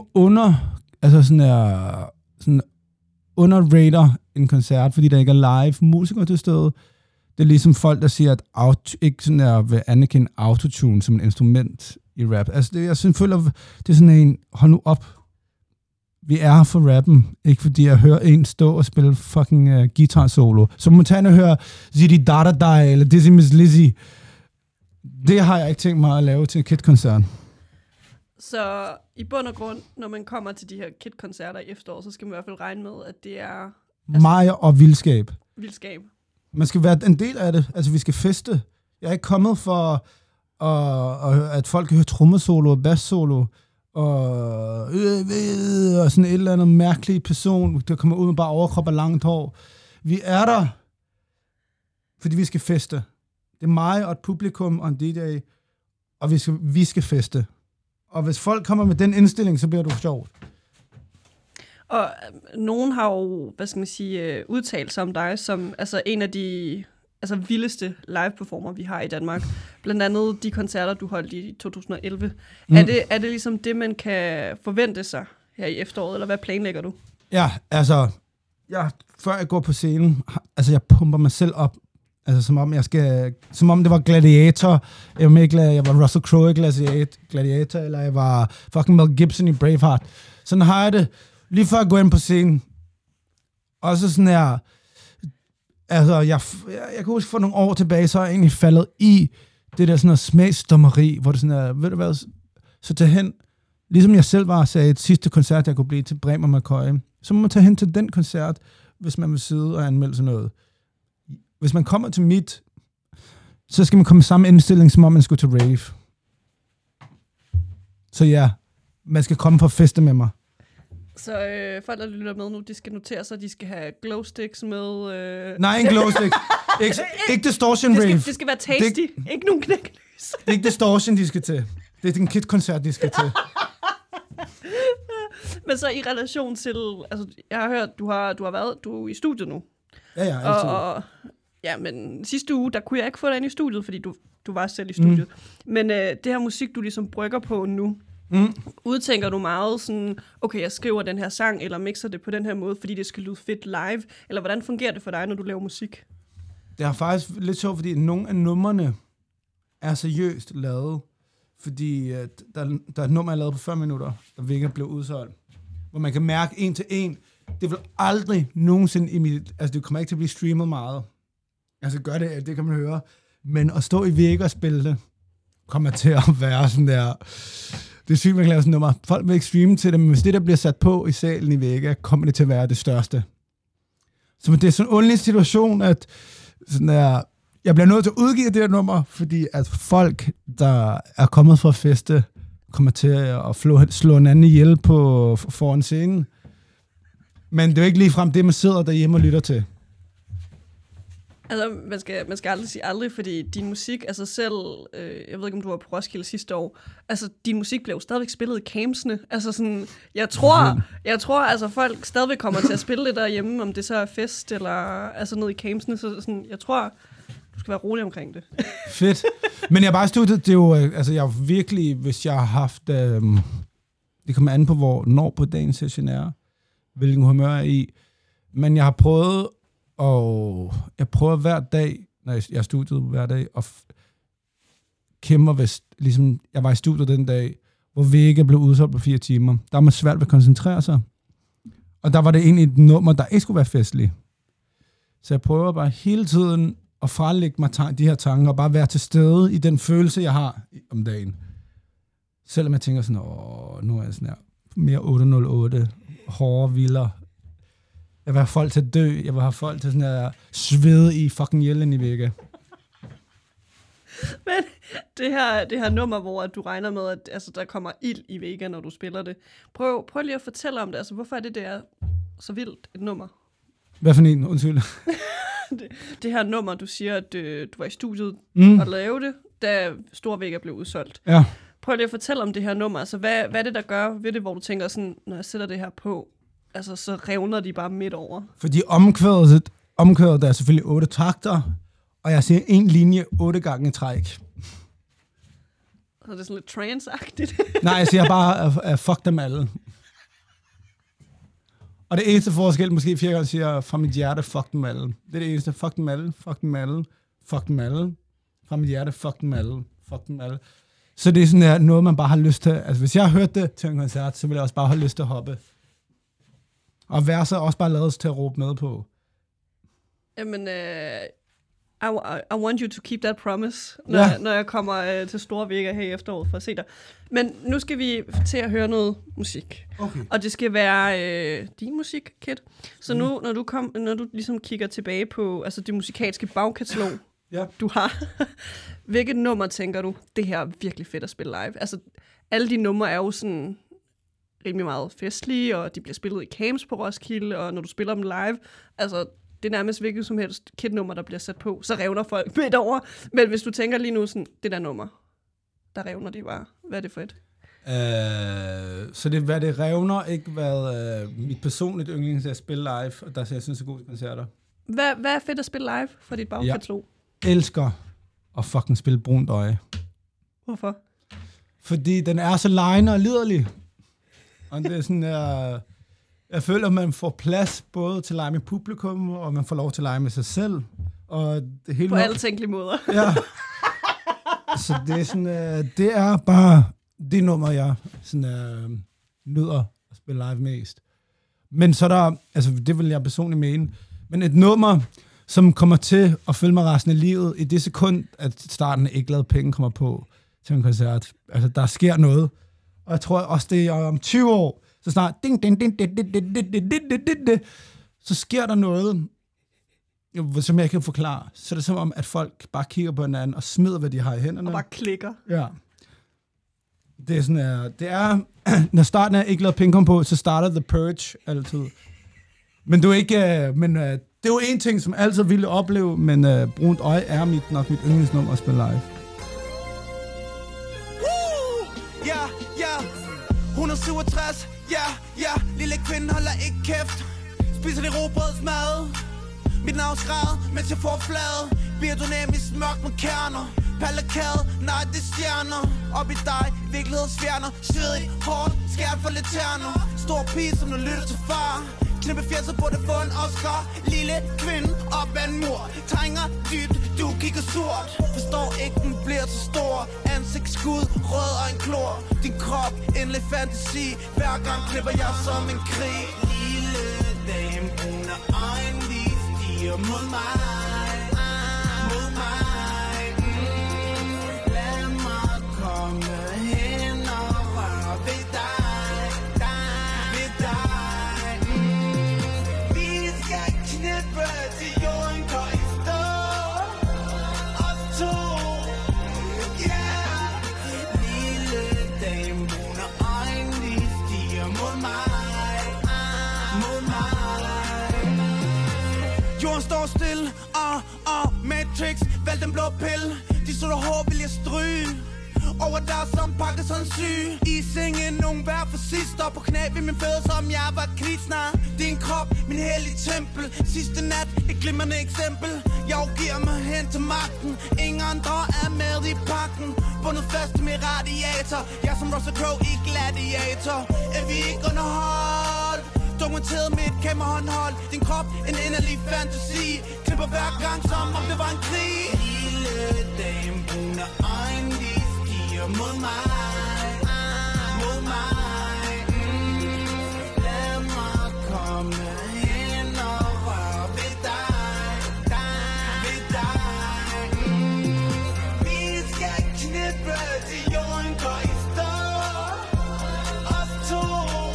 underrater en koncert, fordi der ikke er live musikere til stede. Det er ligesom folk, der siger, at ikke sådan er vil anerkende autotune som et instrument i rap. Altså, jeg føler, det er sådan en, hold nu op. Vi er her for rappen, ikke fordi jeg hører en stå og spille fucking guitar solo. Så må man tage og høre Ziddy Dada Die eller Dizzy Miss Lizzy. Det har jeg ikke tænkt mig at lave til en Kid-koncert. Så i bund og grund, når man kommer til de her Kid-koncerter i efteråret, så skal man i hvert fald regne med, at det er... Maja og vildskab. Vildskab. Man skal være en del af det. Altså, vi skal feste. Jeg er ikke kommet for, at folk kan høre trommesolo og bassolo, og sådan et eller andet mærkelig person, der kommer ud med bare overkrop og langt hår. Vi er der, fordi vi skal feste. Det er mig og et publikum og en DJ, og vi skal feste. Og hvis folk kommer med den indstilling, så bliver det sjovt. Og nogen har jo, udtalt sig om dig som altså en af de vildeste live-performer, vi har i Danmark. Blandt andet de koncerter, du holdt i 2011. Er det ligesom det, man kan forvente sig her i efteråret, eller hvad planlægger du? Ja, altså, før jeg går på scenen, altså jeg pumper mig selv op. Altså som om det var Gladiator. Jeg var Russell Crowe i Gladiator, eller jeg var fucking Mel Gibson i Braveheart. Sådan har jeg det, lige før jeg går ind på scenen. Og så sådan her, altså jeg kan huske for nogle år tilbage, så er jeg egentlig faldet i det der sådan noget smagsdommeri, hvor det sådan er, ved du hvad, så tag hen, ligesom jeg selv var, sagde et sidste koncert, jeg kunne blive til Bremer McCoy, så må man tage hen til den koncert, hvis man vil sidde og anmelde sådan noget. Hvis man kommer til mit, så skal man komme med samme indstilling, som om man skulle til rave. Så ja, man skal komme for at feste med mig. Så folk, der lytter med nu, de skal notere sig, de skal have glow sticks med... Nej, en glow stick. Ikke distortion rave. Det skal være tasty, ikke nogen knæklys. Det er ikke distortion, de skal til. Det er den KID-koncert, de skal til. Men så i relation til... Altså, jeg har hørt, du er i studiet nu. Ja, altid. Ja, men sidste uge, der kunne jeg ikke få dig ind i studiet, fordi du var selv i studiet. Men det her musik, du ligesom brygger på nu, udtænker du meget sådan, okay, jeg skriver den her sang, eller mixer det på den her måde, fordi det skal lyde fedt live, eller hvordan fungerer det for dig, når du laver musik? Det er faktisk lidt sjovt, fordi nogle af numrene er seriøst lavet, fordi der er et nummer, jeg lavede på 40 minutter, der virkelig blev udsolgt, hvor man kan mærke en til en, det vil aldrig nogensinde altså det kommer ikke til at blive streamet meget. Altså gør det kan man høre, men at stå i Vega og spille det, kommer til at være sådan der. Det er sygt, man kan lave sådan nummer. Folk vil ikke streame til det, men hvis det, der bliver sat på i salen i Vega, kommer det til at være det største. Så det er sådan en underlig situation, at sådan der, jeg bliver nødt til at udgive det her nummer, fordi at folk, der er kommet fra feste, kommer til at slå en anden ihjel foran scenen. Men det er jo ikke ligefrem det, man sidder derhjemme og lytter til. Altså, man skal aldrig sige aldrig, fordi din musik, altså selv, jeg ved ikke, om du var på Roskilde sidste år, altså, din musik blev jo stadigvæk spillet i campsene. Altså sådan, jeg tror, altså, folk stadigvæk kommer til at spille det derhjemme, om det så er fest, eller altså ned i campsene, så sådan, jeg tror, du skal være rolig omkring det. Fedt. Men jeg har bare studiet, det er jo, altså, jeg har virkelig, hvis jeg har haft, det kommer an på, hvornår på dagen session er, hvilken humør jeg er i, men jeg har prøvet, og jeg prøver hver dag, når jeg er i studiet hver dag, og kæmper, hvis ligesom, jeg var i studiet den dag, hvor Vega blev udsolgt på 4 timer. Der var man svært ved at koncentrere sig. Og der var det egentlig et nummer, der ikke skulle være festligt. Så jeg prøver bare hele tiden at frelægge mig de her tanker, og bare være til stede i den følelse, jeg har om dagen. Selvom jeg tænker sådan, nu er jeg sådan her, mere 808, hårde, vildere. Jeg vil have folk til at dø. Jeg vil have folk til sådan her svede i fucking Jylland i Vega. Men det her nummer, hvor du regner med, at altså, der kommer ild i Vega, når du spiller det. Prøv lige at fortælle om det. Altså, hvorfor er det er så vildt et nummer? Hvad for en? Undskyld. det her nummer, du siger, at du var i studiet og lavede det, da Stor Vega blev udsolgt. Ja. Prøv lige at fortælle om det her nummer. Altså, hvad er det, der gør ved det, hvor du tænker sådan, når jeg sætter det her på, altså, så revner de bare midt over. Fordi omkvædet der er selvfølgelig 8 takter, og jeg siger en linje 8 gange i træk. Så det er sådan lidt trance-agtigt. Nej, jeg siger bare, fuck dem alle. Og det eneste forskel, måske 4 gange siger fra mit hjerte, fuck dem alle. Det er det eneste, fuck dem alle, fuck dem alle, fuck dem alle. Fra mit hjerte, fuck dem alle, fuck dem alle. Så det er sådan noget, man bare har lyst til. Altså, hvis jeg har hørt det til en koncert, så vil jeg også bare have lyst til at hoppe. Og verset er også bare lavet til at råbe med på. Jamen, I want you to keep that promise, når jeg kommer til Store Vega her i efteråret for at se dig. Men nu skal vi til at høre noget musik. Okay. Og det skal være din musik, Kid. Så nu, når du ligesom kigger tilbage på altså det musikalske bagkatalog, du har, hvilket nummer tænker du, det her er virkelig fedt at spille live? Altså, alle de numre er jo sådan rimelig meget festlige, og de bliver spillet i camps på Roskilde, og når du spiller dem live, altså, det er nærmest hvilket som helst Kid-nummer, der bliver sat på, så revner folk midt over. Men hvis du tænker lige nu sådan, det der nummer, der revner de bare. Hvad er det for et? Så det, hvad det revner, ikke været mit personligt yndlings at spille live, og der ser jeg synes er gode koncerter. Hvad er fedt at spille live for dit bagkatalog? Jeg elsker at fucking spille Brunt Øje. Hvorfor? Fordi den er så lejende og liderlig. Og det er sådan, jeg føler, at man får plads både til at lege med publikum, og man får lov til at lege med sig selv. Og det hele på alle tænkelige måder. Ja. Så det er sådan, det er bare det nummer, jeg sådan, nyder at spille live mest. Men så er der, altså det vil jeg personligt mene, men et nummer, som kommer til at følge mig resten af livet, i det sekund, at starten ikke glade penge kommer på til en koncert. Altså, der sker noget. Og jeg tror også, det er om 20 år, så snart, så sker der noget, som jeg kan forklare. Så er det som om, at folk bare kigger på hinanden og smider, hvad de har i hænderne. Og bare klikker. Ja. Det er sådan, det er når starten er ikke lavet pingpong på, så starter The Purge altid. Men det er ikke... det er jo en ting, som altid ville opleve, men Brunt Øje er nok mit yndlingsnummer at spille live. Ja, ja. 167, ja. Lille kvinde holder ikke kæft. Spiser det robrødsmad. Mit navn skræd, mens jeg får flade. Biodynamisk mørk med kerner. Pallekade, nej det er stjerner. Op i dig, virkelighedsfjerner. Svedig, hårdt, skært for lidt terner. Stor pige, som du lytter til far. Knippe fjerser på det for en Oscar. Lille kvinde op ad en mur. Trænger dybt, du kigger sort. Forstår ikke, den bliver så stor. Ansigtsskud, rød og en klor. Din krop, endelig fantasi. Hver gang klipper jeg som en krig. Lille dame, brune øjne, de stiger mod mig. Mod mig. Lad mig komme hen og røre ved dig. Ved dig. Vi skal knippe til jorden går i stå. Os to. Yeah. Lille dame, brune øjne, de stiger mod mig. Mod mig. Jorden står stille, Matrix, valg den blå pille. De sorte hår vil jeg stryge over der som pakke sådan syg. I sengen, nogen hver for sidst. Står på knæ ved min fødder, som jeg var klitsner. Din krop, min hellige tempel. Sidste nat, et glimrende eksempel. Jeg giver mig hen til magten. Ingen andre er med i pakken. Bundet fast med radiator. Jeg som Russell Crowe i Gladiator. Er vi ikke underholdt? Dokumenteret med et kammerhåndhold. Din krop, en inderlig fantasi. Klipper hver gang, som om det var en krig. Lille dame, brune øjne, de stiger mod mig. Mod mig. Lad mig komme hen og røre ved dig. Ved dig. Vi skal knippe til jorden går i stå. Os to.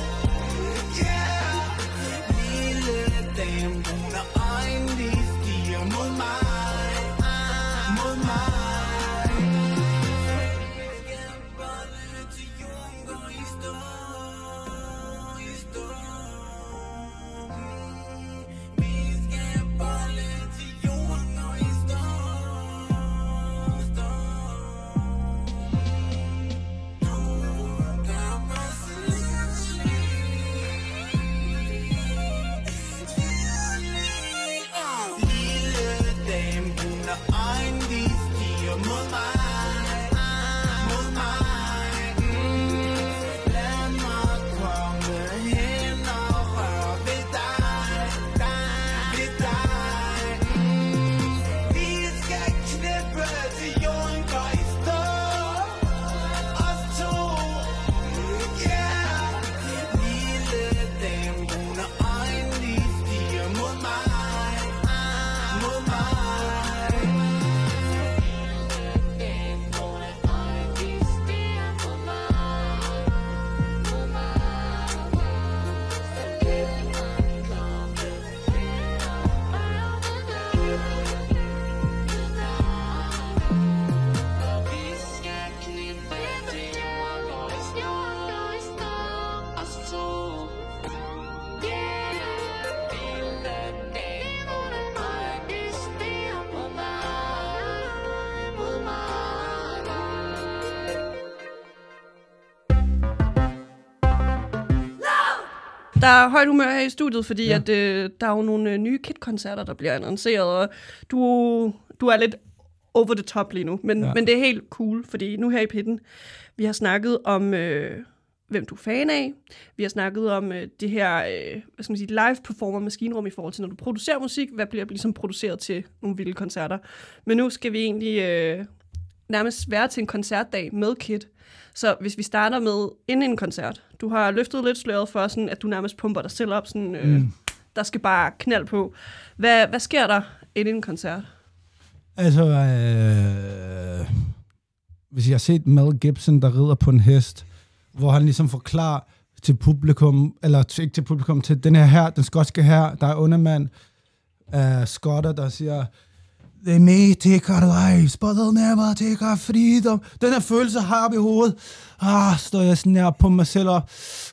Der er højt humør her i studiet, fordi at, der er jo nogle nye KID-koncerter, der bliver annonceret, og du er lidt over the top lige nu, men det er helt cool, fordi nu her i Pitten, vi har snakket om, hvem du er fan af, vi har snakket om det her hvad skal man sige, live performer maskinrum i forhold til, når du producerer musik, hvad bliver ligesom produceret til nogle vilde koncerter. Men nu skal vi egentlig nærmest være til en koncertdag med KID. Så hvis vi starter med inden en koncert, du har løftet lidt sløret for, sådan, at du nærmest pumper dig selv op, sådan, der skal bare knald på. Hvad sker der inden en koncert? Altså, hvis jeg har set Mel Gibson, der rider på en hest, hvor han ligesom forklarer til publikum, eller ikke til publikum, til den her, den skotske her, der er undermand, skotter, der siger, they may take our lives, but they'll never take our freedom. Den her følelse har jeg op i hovedet. Står jeg sådan her på mig selv op.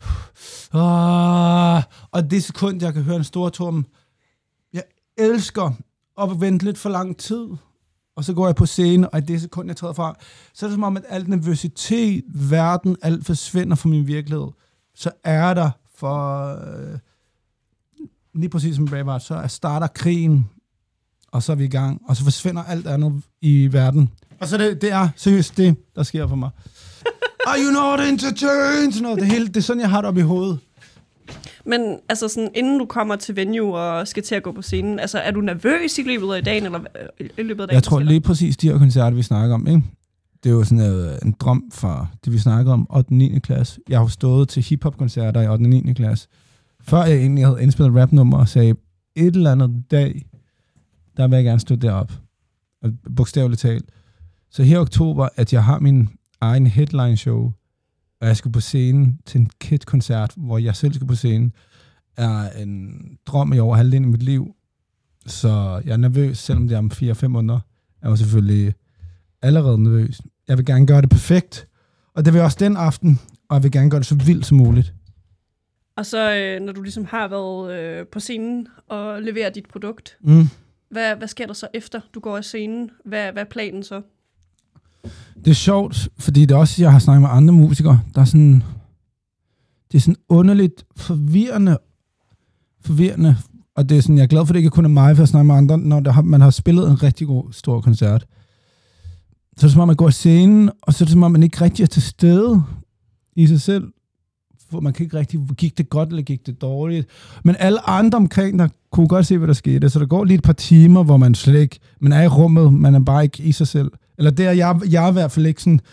Og det sekund, jeg kan høre en stor torm. Jeg elsker at vente lidt for lang tid. Og så går jeg på scenen, og i det sekund, jeg træder fra, så er det som om, at alt nervøsitet, verden, alt forsvinder fra min virkelighed. Så er der for... lige præcis som Braveheart, så starter krigen, og så er vi i gang, og så forsvinder alt andet i verden. Og så det er seriøst det, der sker for mig. Are you not entertained? Det er sådan, jeg har det op i hovedet. Men altså sådan, inden du kommer til venue og skal til at gå på scenen, altså er du nervøs i løbet af dagen, eller i løbet af dagen? Jeg tror lige præcis de her koncerter, vi snakker om, ikke? Det er jo sådan en drøm for det, vi snakker om, 8. og 9. klasse. Jeg har stået til hiphop-koncerter i 8. og 9. klasse. Før jeg egentlig havde indspillet rap-nummer og sagde, et eller andet dag, der vil jeg gerne stå derop. Bogstaveligt talt. Så her i oktober, at jeg har min egen headline-show, og jeg skal på scenen til en KID-koncert, hvor jeg selv skal på scenen, er en drøm i over halvdelen af mit liv. Så jeg er nervøs, selvom det er om 4-5 måneder. Jeg er selvfølgelig allerede nervøs. Jeg vil gerne gøre det perfekt, og det vil også den aften, og jeg vil gerne gøre det så vildt som muligt. Og så, når du ligesom har været på scenen og leverer dit produkt, hvad sker der så efter, du går af scenen? Hvad er planen så? Det er sjovt, fordi det er også, jeg har snakket med andre musikere, der er sådan, det er sådan underligt forvirrende, og det er sådan, jeg er glad for, at det ikke kun er mig, for at snakke med andre, når man har spillet en rigtig god, stor koncert. Så er det som om, man går af scenen, og så er det som om, man ikke rigtig er til stede i sig selv. For man kan ikke rigtig, gik det godt, eller gik det dårligt. Men alle andre omkring, der kunne godt se, hvad der skete. Så der går lige et par timer, hvor man slet ikke, man er i rummet, man er bare ikke i sig selv. Eller det er jeg i hvert fald ikke sådan.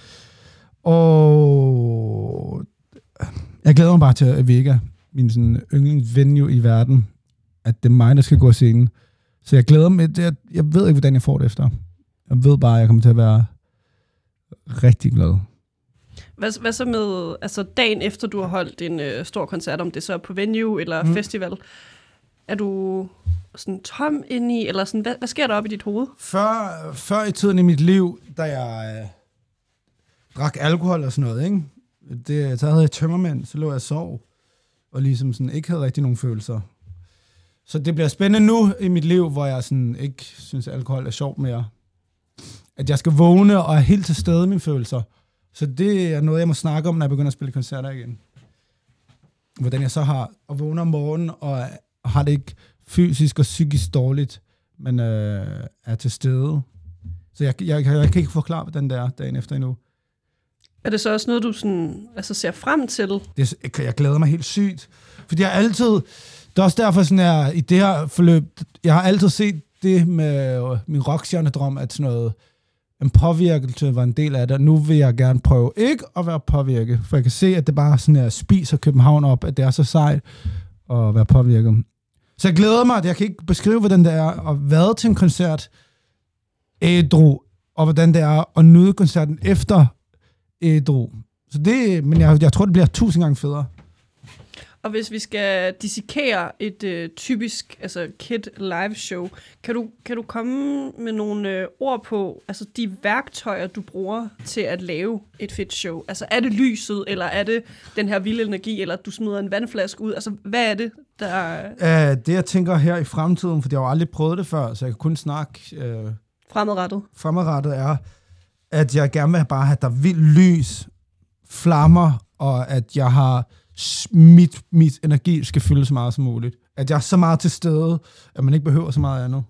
Og jeg glæder mig bare til at Vega, min sådan yndlingsvenue i verden, at det er mig, der skal gå af scenen. Så jeg glæder mig, jeg ved ikke, hvordan jeg får det efter. Jeg ved bare, at jeg kommer til at være rigtig glad. Hvad så med altså dagen efter, du har holdt en stor koncert, om det så er på venue eller festival? Er du sådan tom indeni, eller sådan, hvad sker der op i dit hoved? Før i tiden i mit liv, da jeg drak alkohol og sådan noget, ikke? Så havde jeg tømmermænd, så lå jeg og sov, og ligesom sådan ikke havde rigtig nogen følelser. Så det bliver spændende nu i mit liv, hvor jeg sådan ikke synes, at alkohol er sjovt mere. At jeg skal vågne og er helt til stede i mine følelser. Så det er noget, jeg må snakke om, når jeg begynder at spille koncerter igen. Hvordan jeg så har at vågne om morgenen, og har det ikke fysisk og psykisk dårligt, men er til stede. Så jeg kan ikke forklare, hvordan det er dagen efter endnu. Er det så også noget, du sådan, altså ser frem til? Jeg glæder mig helt sygt. Fordi jeg altid... Det er også derfor, sådan i det her forløb, jeg har altid set det med min rockstjernedrøm, at sådan noget... En påvirkelse var en del af det. Nu vil jeg gerne prøve ikke at være påvirket, for jeg kan se, at det bare sådan her spiser København op, at det er så sejt at være påvirket. Så jeg glæder mig, at jeg kan ikke beskrive, hvordan det er at være til en koncert ædru, og hvordan det er at nyde koncerten efter ædru. Så det, men jeg tror, det bliver 1000 gange federe. Og hvis vi skal dissekere et typisk KID live show, kan du komme med nogle ord på altså de værktøjer, du bruger til at lave et fedt show? Altså er det lyset, eller er det den her vilde energi, eller du smider en vandflaske ud? Altså hvad er det, der... Det jeg tænker her i fremtiden, for jeg har aldrig prøvet det før, så jeg kan kun snakke... Fremadrettet er, at jeg gerne vil bare have, at der er vildt lys, flammer, og at jeg har... Mit energi skal fylde så meget som muligt. At jeg er så meget til stede, at man ikke behøver så meget andet.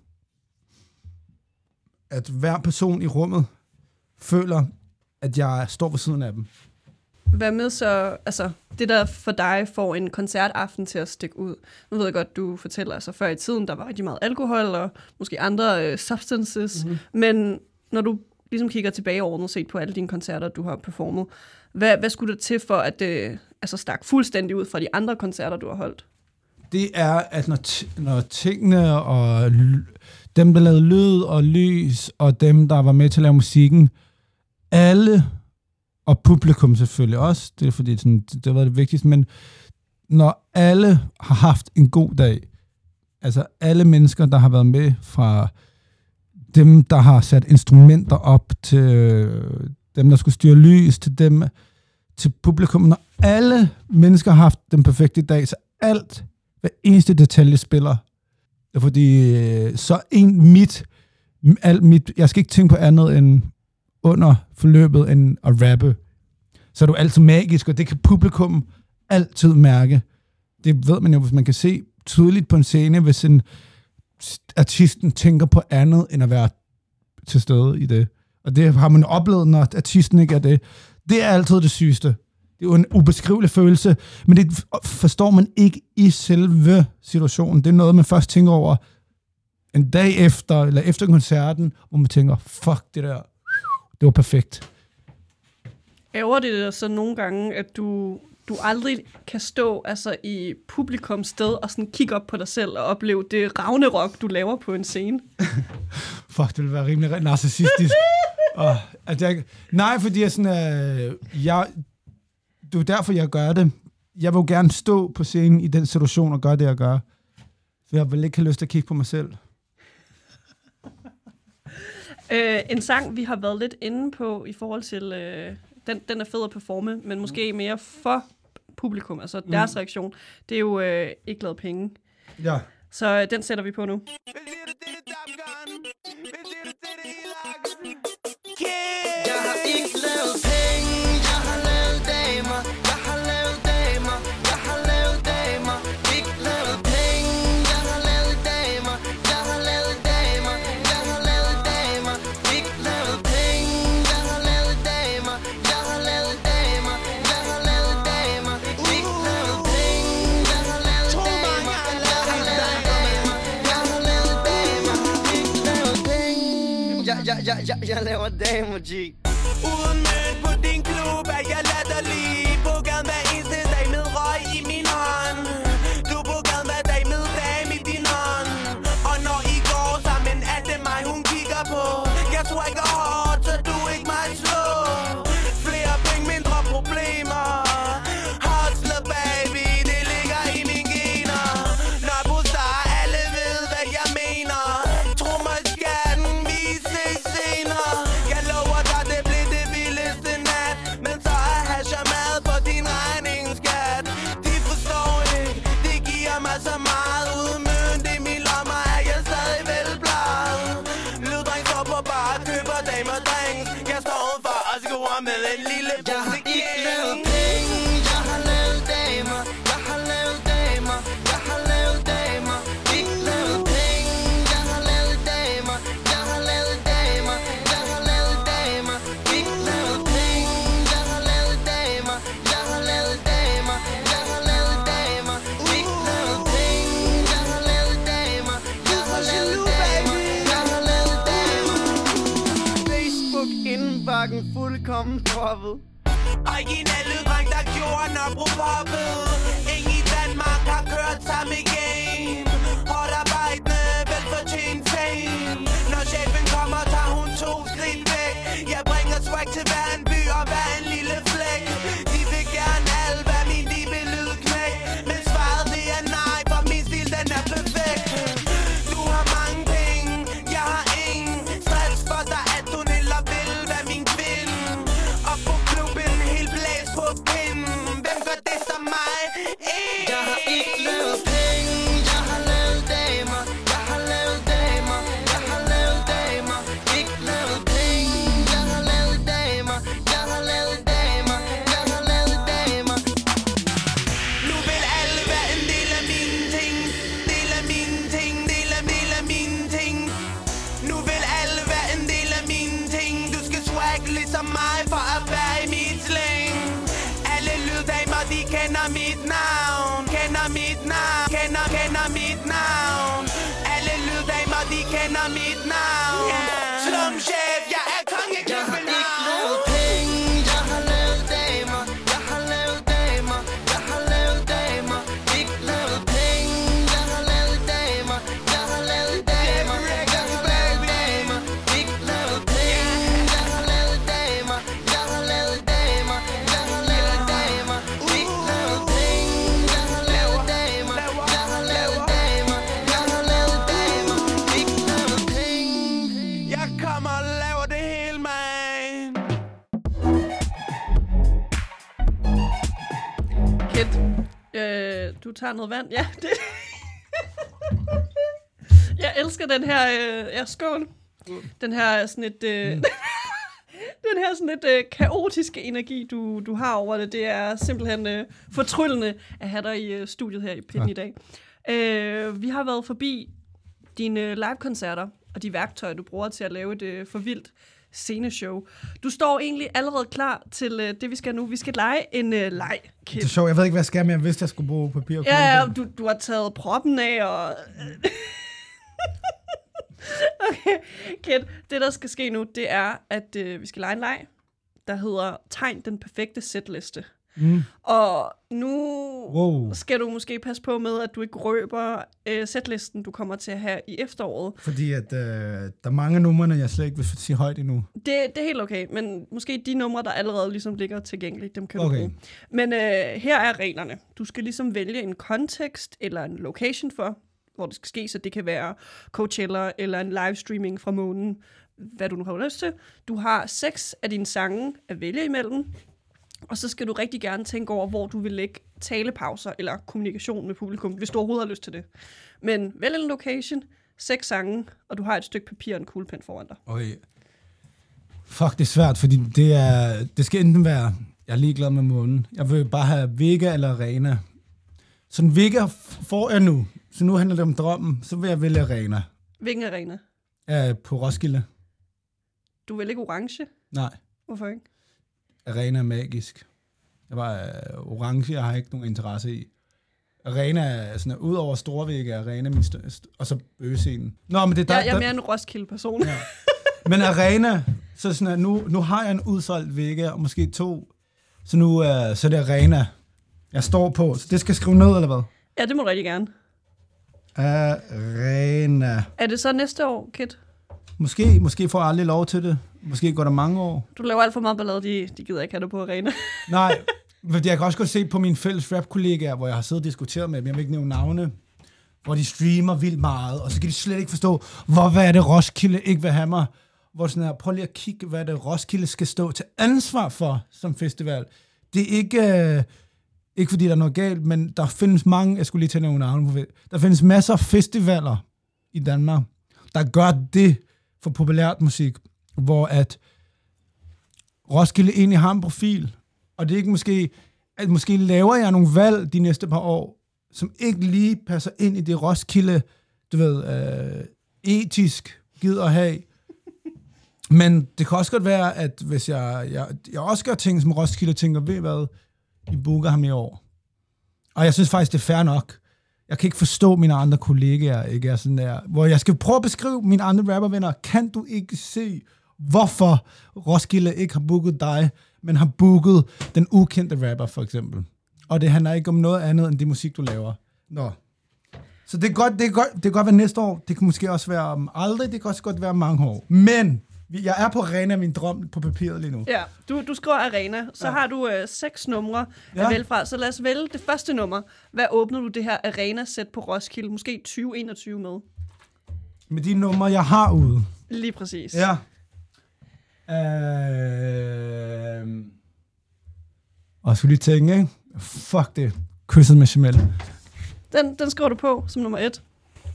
At hver person i rummet føler, at jeg står ved siden af dem. Hvad med så, altså det der for dig får en koncertaften til at stikke ud? Nu ved jeg godt, du fortæller, altså før i tiden, der var rigtig meget alkohol og måske andre substances, men når du ligesom kigger tilbage overordnet set på alle dine koncerter, du har performet, hvad skulle der til for, at det stak fuldstændig ud fra de andre koncerter, du har holdt? Det er, at når tingene og dem, der lavede lyd og lys, og dem, der var med til at lave musikken, alle, og publikum selvfølgelig også, det er fordi, sådan, det har været det vigtigste, men når alle har haft en god dag, altså alle mennesker, der har været med fra dem, der har sat instrumenter op, til dem, der skulle styre lys, til dem, til publikum. Når alle mennesker har haft den perfekte dag, så hver eneste detalje spiller. Fordi så jeg skal ikke tænke på andet end under forløbet, end at rappe. Så er du altid magisk, og det kan publikum altid mærke. Det ved man jo, hvis man kan se tydeligt på en scene, hvis artisten tænker på andet, end at være til stede i det. Og det har man oplevet, når artisten ikke er det. Det er altid det sygeste. Det er jo en ubeskrivelig følelse, men det forstår man ikke i selve situationen. Det er noget, man først tænker over en dag efter, eller efter koncerten, hvor man tænker, fuck det der, det var perfekt. Ærger det så nogle gange, at du aldrig kan stå altså i publikums sted og sådan kigge op på dig selv og opleve det Ragnarok, du laver på en scene? Fuck, det vil være rimelig narcissistisk. Nej, fordi jeg sådan, det er derfor, jeg gør det. Jeg vil jo gerne stå på scenen i den situation og gøre det, jeg gør. For jeg vil ikke have lyst til at kigge på mig selv. En sang, vi har været lidt inde på i forhold til... Den er fed at performe, men måske mere for publikum, altså deres reaktion. Det er jo ikke lavet penge. Ja. Så den sætter vi på nu. Jeg har ikke lavet penge, jeg har lavet damer, jeg har lavet damer, jeg har lavet damer, ikke lavet penge, jeg har lavet damer, jeg har lavet damer, jeg har lavet damer, ikke lavet penge, jeg har lavet damer, jeg har lavet damer, jeg har lavet damer, ikke lavet penge, jeg har lavet damer, jeg har lavet damer, jeg har lavet damer, ikke lavet penge. Jeg laver damer, G. Uden mødt på din klub er jeg latterlig. På gaden hver eneste dag med røg i min hånd. Du på gaden hver dag med dame i din hånd. Og når I går sammen er det mig hun kigger på. Jeg tror ikke hårdt, så du ikke mig slå. Flere penge, mindre problemer. Hustler baby, det ligger i mine gener. Når på star, alle ved hvad jeg mener. Tro mig skatten, vi ses senere. Jeg lover dig, det bliver det vildeste nat. Men så er hash og mad på din regning, skat. De forstår ikke, det giver mig så meget. Udmønt i min lommer er jeg stadig velbladet. Lyddreng står på bar, køber damer drinks. Jeg står udenfor og skuer med en lille pose. Jeg har ikke lavet penge, jeg har lavet damer. Jeg har lavet damer, jeg har lavet damer. Ikke lavet penge, jeg har lavet damer. Jeg har lavet damer, jeg har lavet damer. Ikke lavet penge, jeg har lavet damer. Jeg har lavet damer, jeg har lavet damer. Ikke lavet penge, jeg har lavet damer. Jeg har lavet damer, jeg har lavet damer. Facebook indbakken fuldkommen proppet. Originale dreng, der gjorde Nørrebro poppet. Ingen i Danmark har kørt samme game. Hårdt arbejdende, velfortjent fame. Når chefen kommer, tager hun 2 skridt væk. Jeg bringer swag til hver en by og hver en lille flæk. De vil gerne alt, hvad min liv vil lyde knæk. Men svaret det er nej, for min stil den er perfekt. Du har mange penge, jeg har ingen. Stress for dig, at du eller vil være min kvinde. Og på klubben helt blæst på pinden. Hvem gør det som mig? Jeg har ikke lavet penge, jeg har lavet damer. Jeg har lavet damer, jeg har lavet damer. Ikke lavet penge, jeg har lavet damer. Jeg har lavet damer, jeg har lavet damer. Nu vil alle være en del af mine ting. Del af mine ting, del af mine ting. Nu vil alle være en del af mine ting. Du skal swag ligesom mig for at være i mit slæng. Alle lyddamer, de kender mit navn. Kender mit navn, kender mit navn. Alle lyddamer, de kender mit navn. Slum chef, jeg er kongeklubben. Jeg har ikke lavet penge, jeg har lavet damer. Jeg har lavet damer, jeg har lavet damer. Ikke lavet penge, jeg har lavet damer. Jeg har lavet damer, jeg har lavet damer. Ikke lavet penge, jeg har lavet damer. Jeg har lavet damer, jeg har lavet damer. Ikke lavet penge, jeg har lavet damer. Jeg har lavet damer, jeg har lavet damer. Ikke lavet penge. tager noget vand. Ja, det... Jeg elsker den her... skål. Den her sådan et... Den her sådan lidt kaotiske energi, du har over det, det er simpelthen fortryllende at have dig i studiet her i Pitten i dag. Vi har været forbi dine live-koncerter og de værktøjer, du bruger til at lave et for vildt sceneshow. Du står egentlig allerede klar til det, vi skal nu. Vi skal lege en leg, Kid. Det er sjovt. Jeg ved ikke, hvad jeg skal, men jeg vidste, jeg skulle bruge papir og Ja, du har taget proppen af, og... Okay, Kid, det der skal ske nu, det er, at vi skal lege en leg, der hedder Tegn den perfekte setliste. Og nu skal du måske passe på med, at du ikke røber setlisten, du kommer til at have i efteråret. Fordi at, der er mange numre, jeg slet ikke vil sige højt endnu. Det er helt okay, men måske de numre, der allerede ligesom ligger tilgængeligt, dem kan du bruge. Men her er reglerne. Du skal ligesom vælge en kontekst eller en location for, hvor det skal ske, så det kan være Coachella eller en livestreaming fra månen, hvad du nu har lyst til. Du har 6 af dine sange at vælge imellem, og så skal du rigtig gerne tænke over, hvor du vil lægge talepauser eller kommunikation med publikum, hvis du overhovedet har lyst til det. Men vælg en location, 6 sange, og du har et stykke papir og en kuglepen foran dig. Okay. Fuck, det er svært, fordi det skal enten være, jeg er ligeglad med månen, jeg vil bare have Vega eller Arena. Sådan Vega får jeg nu. Så nu handler det om drømmen, så vil jeg vælge Arena. Hvilken Arena? På Roskilde. Du vil ikke orange? Nej. Hvorfor ikke? Arena er magisk. Jeg var orange, jeg har ikke nogen interesse i. Arena er sådan, ud over Storvægge, Arena min og så Bøgescenen. Nå, men det er jeg er mere en Roskilde-person. Ja. Men Arena, så sådan, nu har jeg en udsolgt vægge, og måske 2. Så nu så er det Arena, jeg står på. Så det skal skrive ned, eller hvad? Ja, det må du rigtig gerne. Arena. Er det så næste år, Kid? Måske får jeg aldrig lov til det. Måske går der mange år. Du laver alt for meget ballade, de gider ikke have dig på Arena. Nej, jeg kan også godt se på mine fælles rap-kollegaer, hvor jeg har siddet og diskuteret med dem, jeg vil ikke nævne navne, hvor de streamer vildt meget, og så kan de slet ikke forstå, hvad er det Roskilde ikke vil have mig. Hvor sådan her, prøv lige at kigge, hvad det Roskilde skal stå til ansvar for som festival. Det er ikke fordi der er noget galt, men der findes mange, jeg skulle lige tage nogle navne, der findes masser af festivaler i Danmark, der gør det for populært musik, hvor at Roskilde egentlig har en profil, og det er ikke måske laver jeg nogle valg de næste par år, som ikke lige passer ind i det Roskilde, du ved, etisk gider at have. Men det kan også godt være, at hvis jeg også gør ting, som Roskilde tænker, ved hvad, I booker ham i år. Og jeg synes faktisk, det er fair nok. Jeg kan ikke forstå mine andre kollegaer, ikke er sådan der, hvor jeg skal prøve at beskrive mine andre rappervenner. Kan du ikke se, hvorfor Roskilde ikke har booket dig, men har booket den ukendte rapper, for eksempel? Og det handler ikke om noget andet, end det musik, du laver. Nå. Så det kan godt være næste år. Det kan måske også være om aldrig. Det kan også godt være mange år. Men jeg er på Arena, min drøm på papiret lige nu. Ja, du skriver Arena. Så har du 6 numre at vælge fra. Så lad os vælge det første nummer. Hvad åbner du det her Arena-sæt på Roskilde? Måske 2021 med? Med de numre, jeg har ude. Lige præcis. Ja. Og skulle lige tænke, ikke? Fuck det. Kysset med Jamel. Den skriver du på som nummer 1.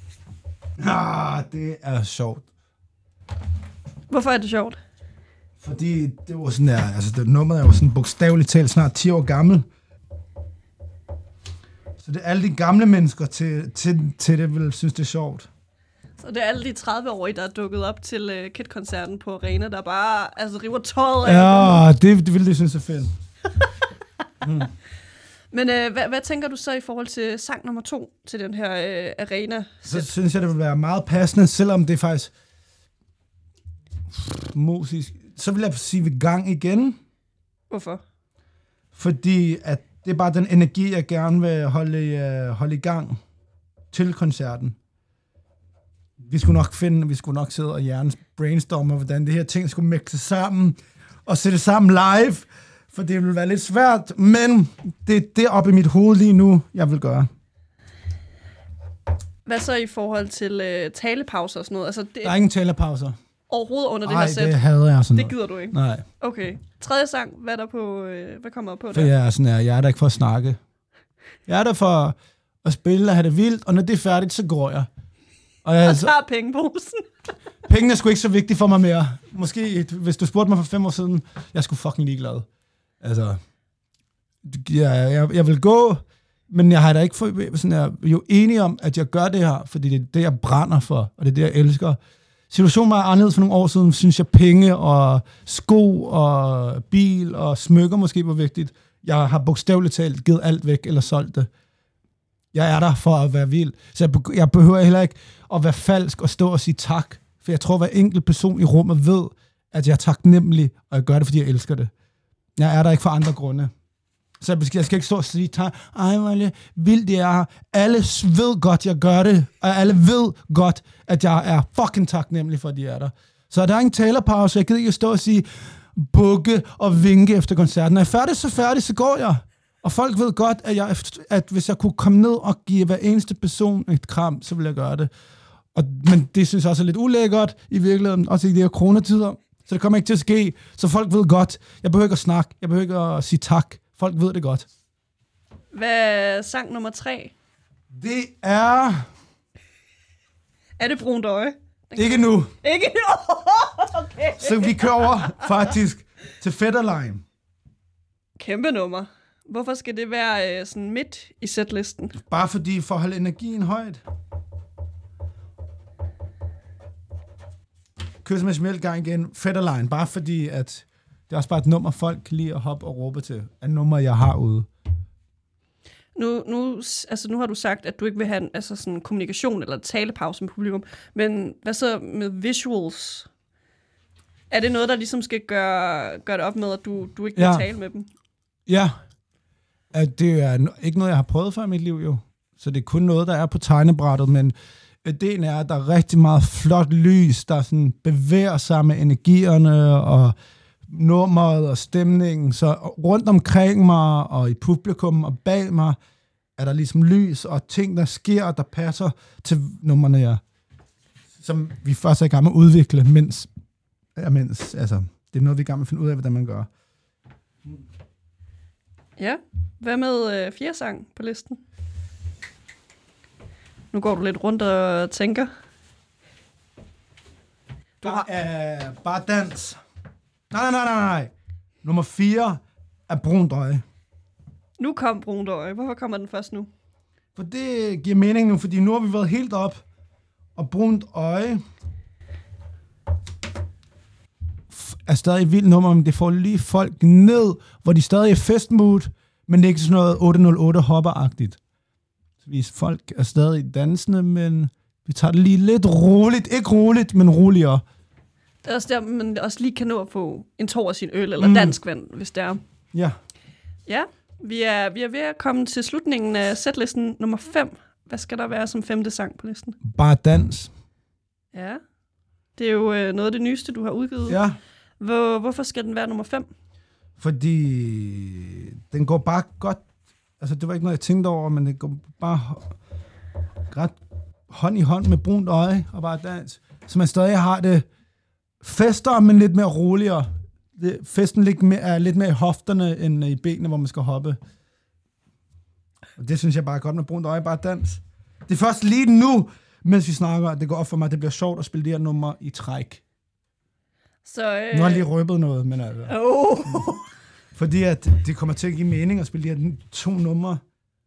Det er sjovt. Hvorfor er det sjovt? Fordi det var sådan der, altså det nummeret er jo sådan bogstaveligt talt snart 10 år gammel. Så det er alle de gamle mennesker til det vil synes det er sjovt. Så det er alle de 30-årige, der er dukket op til Kid-koncerten på Arena, der bare river tøjet af. Ja, det ville de synes er fedt. Men hvad tænker du så i forhold til sang nummer 2 til den her Arena? Så synes jeg, det vil være meget passende, selvom det er faktisk musisk. Så vil jeg sige, vi gang igen. Hvorfor? Fordi at det er bare den energi, jeg gerne vil holde i gang til koncerten. Vi skulle nok sidde og brainstorme, hvordan det her ting skulle mixe sammen og sætte sammen live, for det vil være lidt svært, men det er det oppe i mit hoved lige nu, jeg vil gøre. Hvad så i forhold til talepauser og sådan noget? Altså, der er ingen talepauser. Overhovedet under det her sæt? Nej, det hader jeg sådan noget. Det gider du ikke? Nej. Okay. Tredje sang, hvad kommer der på for der? Jeg er der ikke for at snakke. Jeg er der for og spille og have det vildt, og når det er færdigt, så går jeg. Og Og tager pengeposen. pengene er sgu ikke så vigtige for mig mere. Måske, hvis du spurgte mig for 5 år siden, jeg skulle fucking ligeglad. Altså, jeg vil gå, men jeg har da ikke sådan, jeg er jo enig om, at jeg gør det her, fordi det er det, jeg brænder for, og det er det, jeg elsker. Situationen var anderledes for nogle år siden, synes jeg, penge og sko og bil og smykker måske var vigtigt. Jeg har bogstaveligt talt givet alt væk eller solgt det. Jeg er der for at være vild. Så jeg behøver heller ikke at være falsk og stå og sige tak. For jeg tror, at hver enkelt person i rummet ved, at jeg er taknemmelig, og jeg gør det, fordi jeg elsker det. Jeg er der ikke for andre grunde. Så jeg skal ikke stå og sige tak. Ej, hvor vildt det er. Alle ved godt, jeg gør det. Og alle ved godt, at jeg er fucking taknemmelig for, at de er der. Så der er ingen talerpause. Jeg gider ikke stå og sige bukke og vinke efter koncerten. Når jeg er færdig, så går jeg. Og folk ved godt, at hvis jeg kunne komme ned og give hver eneste person et kram, så ville jeg gøre det. Men det synes jeg også er lidt ulækkert i virkeligheden, også i de her coronatider. Så det kommer ikke til at ske. Så folk ved godt. Jeg behøver ikke at snakke. Jeg behøver ikke at sige tak. Folk ved det godt. Hvad er sang nummer 3? Det er... Er det brunt øje? Ikke nu. Ikke nu? Okay. Så vi kører over faktisk til Fetterline. Kæmpe nummer. Hvorfor skal det være sådan midt i setlisten? Bare fordi for at holde energien højt. Kys med smelt gang igen. Fetterline. Bare fordi, at det er også bare et nummer, folk kan lide at hoppe og råbe til. Et nummer, jeg har ude. Nu har du sagt, at du ikke vil have en sådan kommunikation eller talepause med publikum. Men hvad så med visuals? Er det noget, der ligesom skal gøre det op med, at du ikke vil tale med dem? Ja. At det er ikke noget, jeg har prøvet før i mit liv, jo. Så det er kun noget, der er på tegnebrættet, men ideen er, at der er rigtig meget flot lys, der sådan bevæger sig med energierne og nummeret og stemningen. Så rundt omkring mig og i publikum og bag mig er der ligesom lys og ting, der sker, der passer til numrene, som vi først er i gang med at udvikle, mens altså, det er noget, vi er i gang med at finde ud af, hvordan man gør. Ja. Hvad med 4. sang på listen? Nu går du lidt rundt og tænker. Bare dans. Nej. Nummer 4 er brunt øje. Nu kom brunt øje. Hvorfor kommer den først nu? For det giver mening nu, fordi nu har vi været helt op. Og brunt øje er stadig et vildt nummer, men det får lige folk ned, hvor de stadig er festmood, men det er ikke sådan noget 808 hopperagtigt. Så folk er stadig dansende, men vi tager det lige lidt roligt. Ikke roligt, men roligere. Det er også der, man også lige kan nå at få en tår af sin øl, eller dansk vand, hvis det er. Ja. Ja, vi er ved at komme til slutningen af setlisten nummer 5. Hvad skal der være som 5. sang på listen? Bare dans. Ja, det er jo noget af det nyeste, du har udgivet. Ja. Hvorfor skal den være nummer 5? Fordi den går bare godt. Altså, det var ikke noget, jeg tænkte over, men det går bare ret hånd i hånd med brunt øje og bare dans. Så man stadig har det fester, men lidt mere roligere. Festen er lidt mere i hofterne, end i benene, hvor man skal hoppe. Og det synes jeg bare er godt med brunt øje, bare dans. Det er først lige nu, mens vi snakker, at det går op for mig, at det bliver sjovt at spille de her numre i træk. Nu har jeg lige røbet noget, men altså... Fordi at det kommer til at give mening at spille de her 2 numre.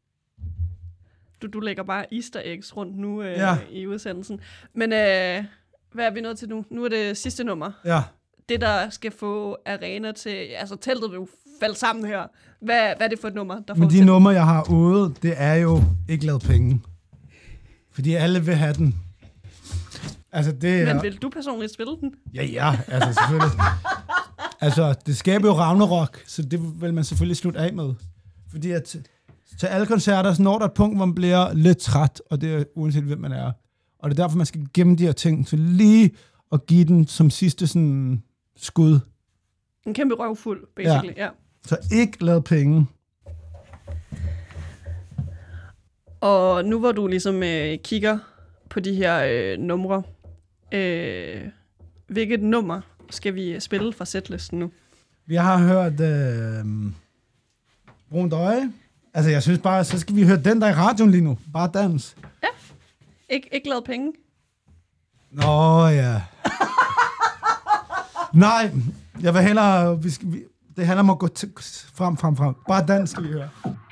Du lægger bare easter eggs rundt nu i udsendelsen. Men hvad er vi nået til nu? Nu er det sidste nummer. Ja. Det, der skal få arena til... Altså, teltet vil jo falde sammen her. Hvad er det for et nummer, der får Men de numre, jeg har ude, det er jo ikke lavet penge. Fordi alle vil have den. Altså, det er... Men vil du personligt spille den? Ja, altså selvfølgelig. Altså, det skaber jo Ragnarok, så det vil man selvfølgelig slutte af med. Fordi at til alle koncerter, så når der et punkt, hvor man bliver lidt træt, og det er uanset hvem man er. Og det er derfor, man skal gemme de her ting, så lige at give den som sidste sådan skud. En kæmpe røvfuld, basically, ja. Så ikke lavet penge. Og nu hvor du ligesom kigger på de her numre, hvilket nummer skal vi spille fra setlisten nu? Vi har hørt brunt øje. Altså, jeg synes bare, så skal vi høre den der i radioen lige nu. Bare dans. Ja. Ikke lavet penge. Nå, ja. Nej, jeg vil hellere... det handler om at gå frem. Bare dans skal vi høre.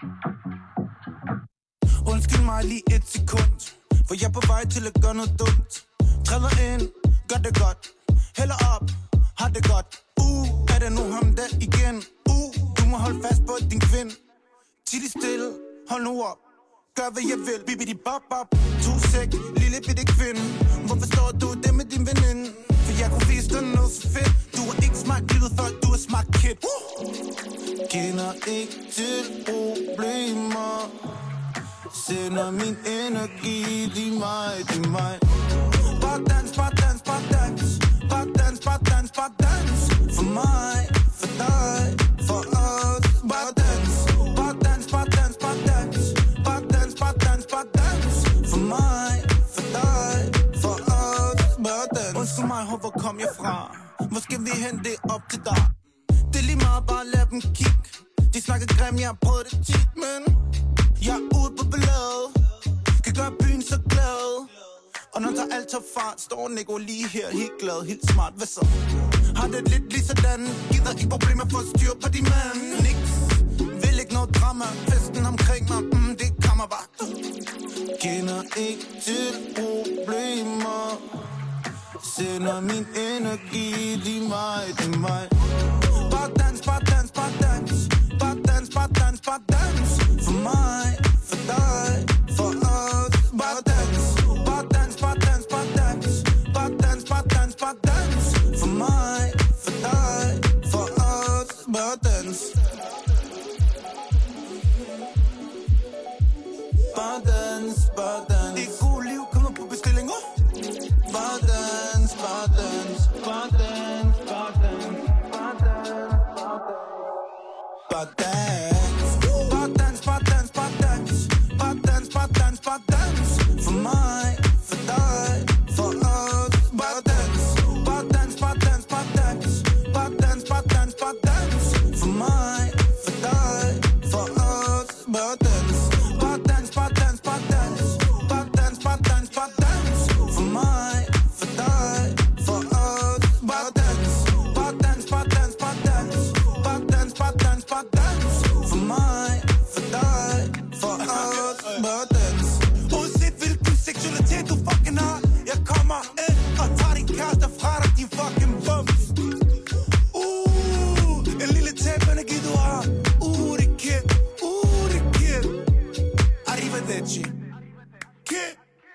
Undskyld mig lige et sekund, for jeg er på vej til at gøre noget dumt. Træder ind, gør det godt. Hælder op, har det godt. Er det nu ham der igen? Du må holde fast på din kvinde. Tid stille, hold nu op. Gør hvad jeg vil, bibidi bop bop. 2 sæk, lille bitte kvinde. Hvorfor står du det med din veninde? For jeg kunne vise dig noget så fedt. Du er ikke smart livet før, du er smart kid. Kender ikke til problemer. Sender min energi, de mig. Bare dans, bare dans, bare dans. Bare dans, bare dans, bare dans. For mig, for dig, for os. Bare dans, bare dans, bare dans, bare dans. Bare dans, bare dans, bare dans. For mig, for dig, for os. Bare dans. Undskyld mig, hvor kom jeg fra? Hvor skal vi hen, det op til dig? Det er lige meget, bare lad dem kigge. De snakker grim, jeg har prøvet det tit, men jeg er ude på ballade. Kan gøre byen så glad. Og når der alt tager fart, står Nico lige her, helt glad, helt smart. Hvad så? Har det lidt lige sådan. Gider ikke problemer for at styre på de mand. Niks, vil ikke noget drama. Festen omkring mig, det kommer bare. Kender ikke til problemer. Sender min energi, de mig. Bare dans, bare dans, bare dans. Bare dans, bare dans, bare dans. For mig, for dig, for os. Bare dans, bare dans, bare dans, bare dans. Bare dans, bare dans, bare dans. For mig, for dig, for os. Bare dans. Bare dans, bare dans. Det gode liv kommer på bestilling. Bare dans, bare dans. Bare dans, bare dans. Bare dans, bare dans. Bare dans, bare dans, bare dans, bare dans. Bare dans, bare dans, bare dans. For mig, for dig, for os. Bare dans, bare dans, bare dans, bare dans. Bare dans, bare dans, bare dans. For mig, for dig, for os. Bare dans, bare dans, bare dans, bare dans. Bare dans, bare dans, bare dans. For mig, for dig, for os. Bare dans, bare dans, bare dans, bare dans. Bare dans, bare dans, bare dans. For mig, for dig, for os. Bare dans. Uanset hvilken seksualitet du fucking har, jeg kommer ind og tager din kæreste fra dig, din fucking bums. En lille tab energi du har. Det kid, det kid. Arrivederci. Kid.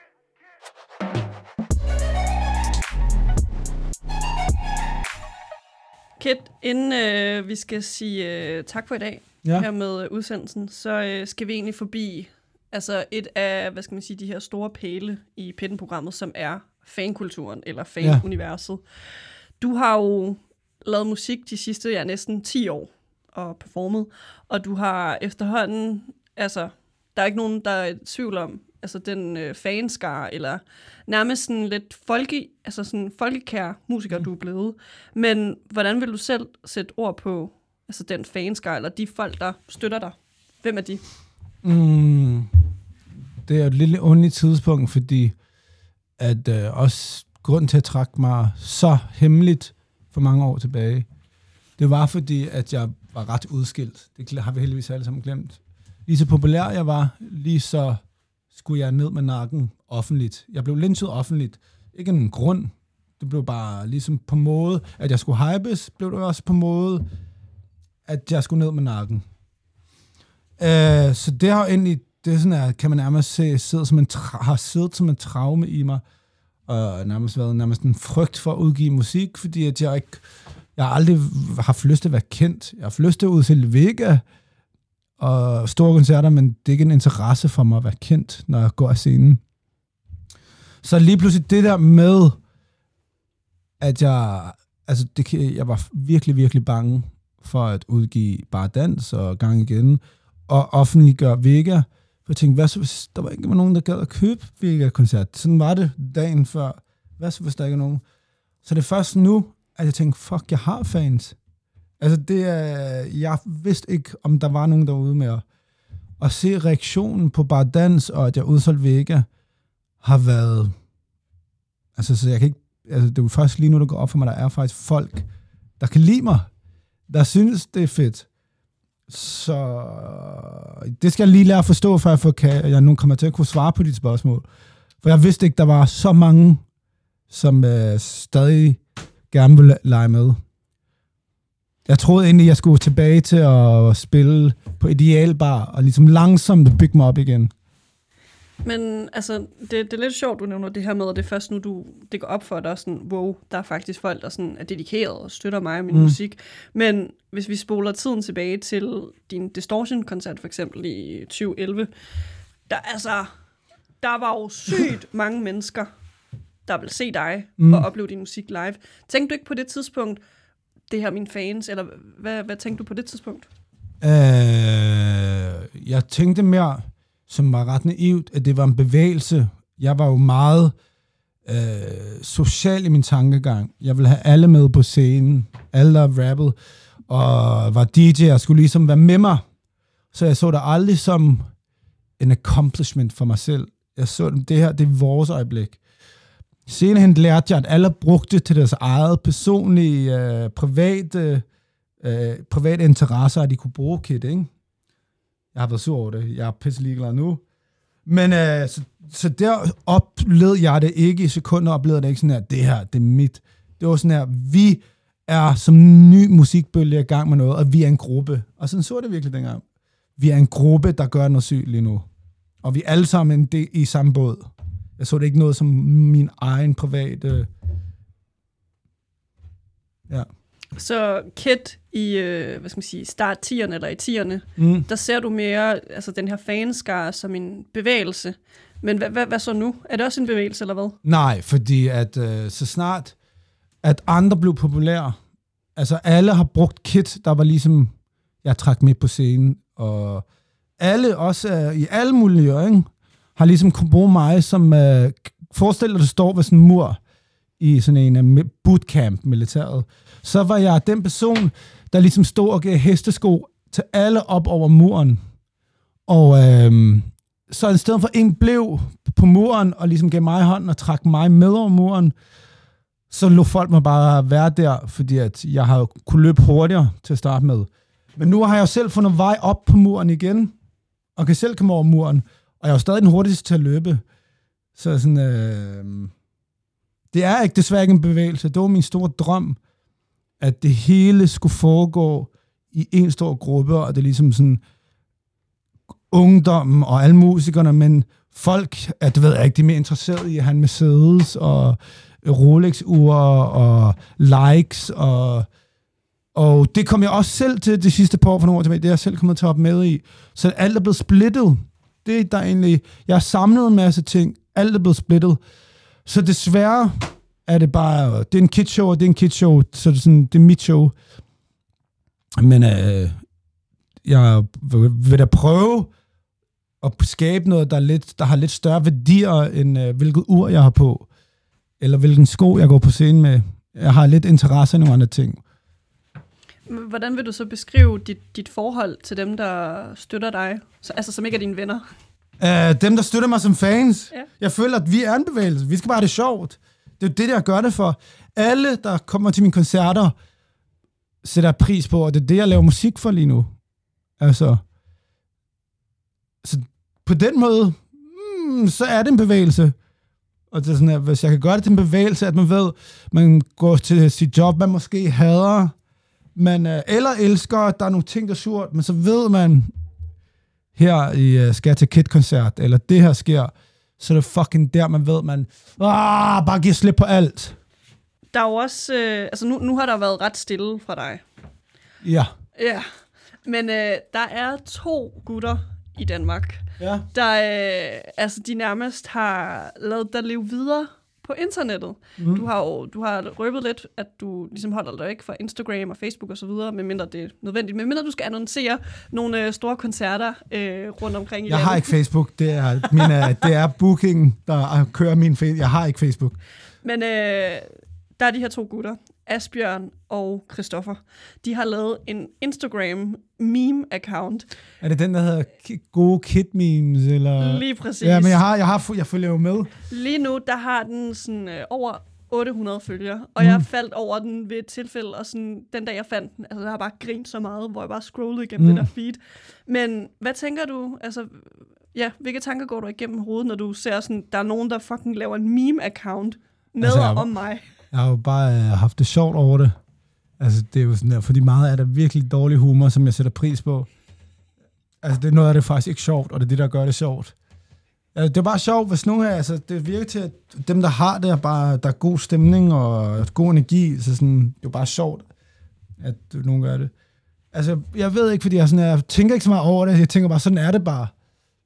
Kit, inden vi skal sige tak for i dag her med udsendelsen, så skal vi egentlig forbi altså et af, hvad skal man sige, de her store pæle i Pitten-programmet, som er fankulturen eller fanuniverset. Du har jo lavet musik de sidste næsten 10 år og performet, og du har efterhånden, altså der er ikke nogen, der er i tvivl om, altså den fanskare, eller nærmest sådan lidt folkekær musiker, du er blevet. Men hvordan vil du selv sætte ord på altså den fanskare, eller de folk, der støtter dig? Hvem er de? Det er et lille underligt tidspunkt, fordi at også grunden til at trække mig så hemmeligt for mange år tilbage, det var fordi, at jeg var ret udskilt. Det har vi heldigvis alle sammen glemt. Lige så populær jeg var, lige så skulle jeg ned med nakken offentligt. Jeg blev lynchet offentligt. Ikke en grund. Det blev bare ligesom på måde, at jeg skulle hypes, blev det også på måde, at jeg skulle ned med nakken. Så det har egentlig, det er sådan, at kan man nærmest se, har siddet som en traume i mig, og nærmest været en frygt for at udgive musik, fordi at jeg har aldrig haft lyst til at være kendt. Jeg har haft lyst til at udsælge Vega og store koncerter, men det er ikke en interesse for mig at være kendt, når jeg går af scenen. Så lige pludselig det der med, at jeg var virkelig, virkelig bange for at udgive Bare Dans og Gang Igen, og offentliggøre Vega. For jeg tænkte, hvad så hvis der var ikke nogen, der gad at købe Vega-koncert? Sådan var det dagen før. Hvad så hvis der ikke er nogen? Så det er først nu, at jeg tænkte, fuck, jeg har fans. Altså jeg vidste ikke, om der var nogen derude med at se reaktionen på bare dans, og at jeg udsolgte Vega, har været... Altså, så jeg kan ikke... Altså, det er jo faktisk lige nu, der går op for mig, der er faktisk folk, der kan lide mig, der synes, det er fedt. Så det skal jeg lige lære at forstå, før jeg nu kommer til at kunne svare på dit spørgsmål. For jeg vidste ikke, der var så mange, som stadig gerne ville lege med. Jeg troede egentlig, jeg skulle tilbage til at spille på Idealbar, og ligesom langsomt bygge mig op igen. Men altså, det er lidt sjovt, du nævner det her med, at det er først nu, det går op for dig, sådan, wow, der er faktisk folk, der sådan er dedikeret og støtter mig og min musik. Men hvis vi spoler tiden tilbage til din Distortion-koncert, for eksempel i 2011, der var jo sygt mange mennesker, der vil se dig og opleve din musik live. Tænkte du ikke på det tidspunkt, det her mine fans, eller hvad tænkte du på det tidspunkt? Jeg tænkte mere, som var ret naivt, at det var en bevægelse. Jeg var jo meget social i min tankegang. Jeg ville have alle med på scenen, alle der rappede, og var DJ, og skulle ligesom være med mig. Så jeg så det aldrig som en accomplishment for mig selv. Jeg så det her, det er vores øjeblik. Senere lærte jeg, at alle brugte til deres eget personlige, private interesser, at de kunne bruge KID, ikke? Jeg har været sur over det. Jeg er pisse ligeglad nu. Men så der oplevede jeg det ikke i sekunder, oplevede det ikke sådan her, det her, det er mit. Det var sådan her, vi er som ny musikbølge i gang med noget, og vi er en gruppe. Og sådan så det virkelig dengang. Vi er en gruppe, der gør noget sygt lige nu. Og vi er alle sammen i samme båd. Jeg så det ikke noget som min egen private... Ja. Så KID i, hvad skal man sige, start 10'erne eller i 10'erne, der ser du mere altså den her fanskare som en bevægelse. Men hvad så nu? Er det også en bevægelse, eller hvad? Nej, fordi at så snart, at andre blev populære, altså alle har brugt KID, der var ligesom, jeg trak med på scenen, og alle, også i alle mulige, ikke, har ligesom kunne bruge mig som, forestil dig, at du står ved sådan en mur, i sådan en bootcamp militæret, så var jeg den person, der ligesom stod og gav hestesko til alle op over muren. Og så i stedet for en blev på muren, og ligesom gav mig hånden og trak mig med over muren, så lå folk mig bare være der, fordi at jeg har kunne løbe hurtigere til at starte med. Men nu har jeg jo selv fundet vej op på muren igen, og kan selv komme over muren, og jeg er jo stadig den hurtigste til at løbe. Så sådan... Det er ikke desværre ikke en bevægelse. Det var min store drøm, at det hele skulle foregå i en stor gruppe, og det er ligesom sådan ungdommen og alle musikerne, men folk, at det ved jeg ikke, de er mere interesserede i at have Mercedes og Rolex-ure og likes, og det kom jeg også selv til de sidste par år for nogle år tilbage. Det er jeg selv kommet til at op med i. Så alt er blevet splittet. Det er der egentlig... Jeg har samlet en masse ting. Alt er blevet splittet. Så desværre er det bare, det er en kidshow, og det er en kidshow, så det er mit show. Men jeg vil da prøve at skabe noget, der har lidt større værdier, end hvilket ur jeg har på, eller hvilken sko jeg går på scenen med. Jeg har lidt interesse i nogle andre ting. Hvordan vil du så beskrive dit forhold til dem, der støtter dig, altså som ikke er dine venner? Dem, der støtter mig som fans. Ja. Jeg føler, at vi er en bevægelse. Vi skal bare have det sjovt. Det er jo det, jeg gør det for. Alle, der kommer til mine koncerter, sætter pris på, og det er det, jeg laver musik for lige nu. Altså, så på den måde, så er det en bevægelse. Og det er sådan, at hvis jeg kan gøre det til en bevægelse, at man ved, man går til sit job, man måske hader, man eller elsker, der er nogle ting, der er surt, men så ved man, her skal jeg til KID-koncert, eller det her sker, så er det fucking der, man ved, man bare giver slip på alt. Der er jo også, altså nu har der været ret stille fra dig. Ja. Ja, men der er 2 gutter i Danmark, der altså de nærmest har lavet dig leve videre på internettet. Du har røbet lidt, at du ligesom holder dig ikke fra Instagram og Facebook og så videre, medmindre det er nødvendigt, medmindre du skal annoncere nogle store koncerter rundt omkring i landet. Jeg har ikke Facebook. Det er booking, der kører min Facebook. Jeg har ikke Facebook. Men der er de her 2 gutter, Asbjørn og Christoffer. De har lavet en Instagram meme-account. Er det den, der hedder gode kid-memes? Eller? Lige præcis. Ja, men jeg følger jo med. Lige nu, der har den sådan over 800 følgere, og jeg faldt over den ved et tilfælde, og sådan, den dag jeg fandt den, altså jeg har bare grint så meget, hvor jeg bare scrollede igennem det der feed. Men hvad tænker du, altså, ja, hvilke tanker går du igennem hovedet, når du ser sådan, der er nogen, der fucking laver en meme-account med om mig? Jeg har jo bare haft det sjovt over det. Altså, det er jo sådan der, fordi meget af det virkelig dårlig humor, som jeg sætter pris på. Altså, det er noget af det faktisk ikke sjovt, og det er det, der gør det sjovt. Altså, det er bare sjovt, hvis nogen altså, det virker til, at dem, der har det, der er god stemning og god energi, så sådan, det er jo bare sjovt, at nogen gør det. Altså, jeg ved ikke, fordi jeg tænker ikke så meget over det, jeg tænker bare, sådan er det bare.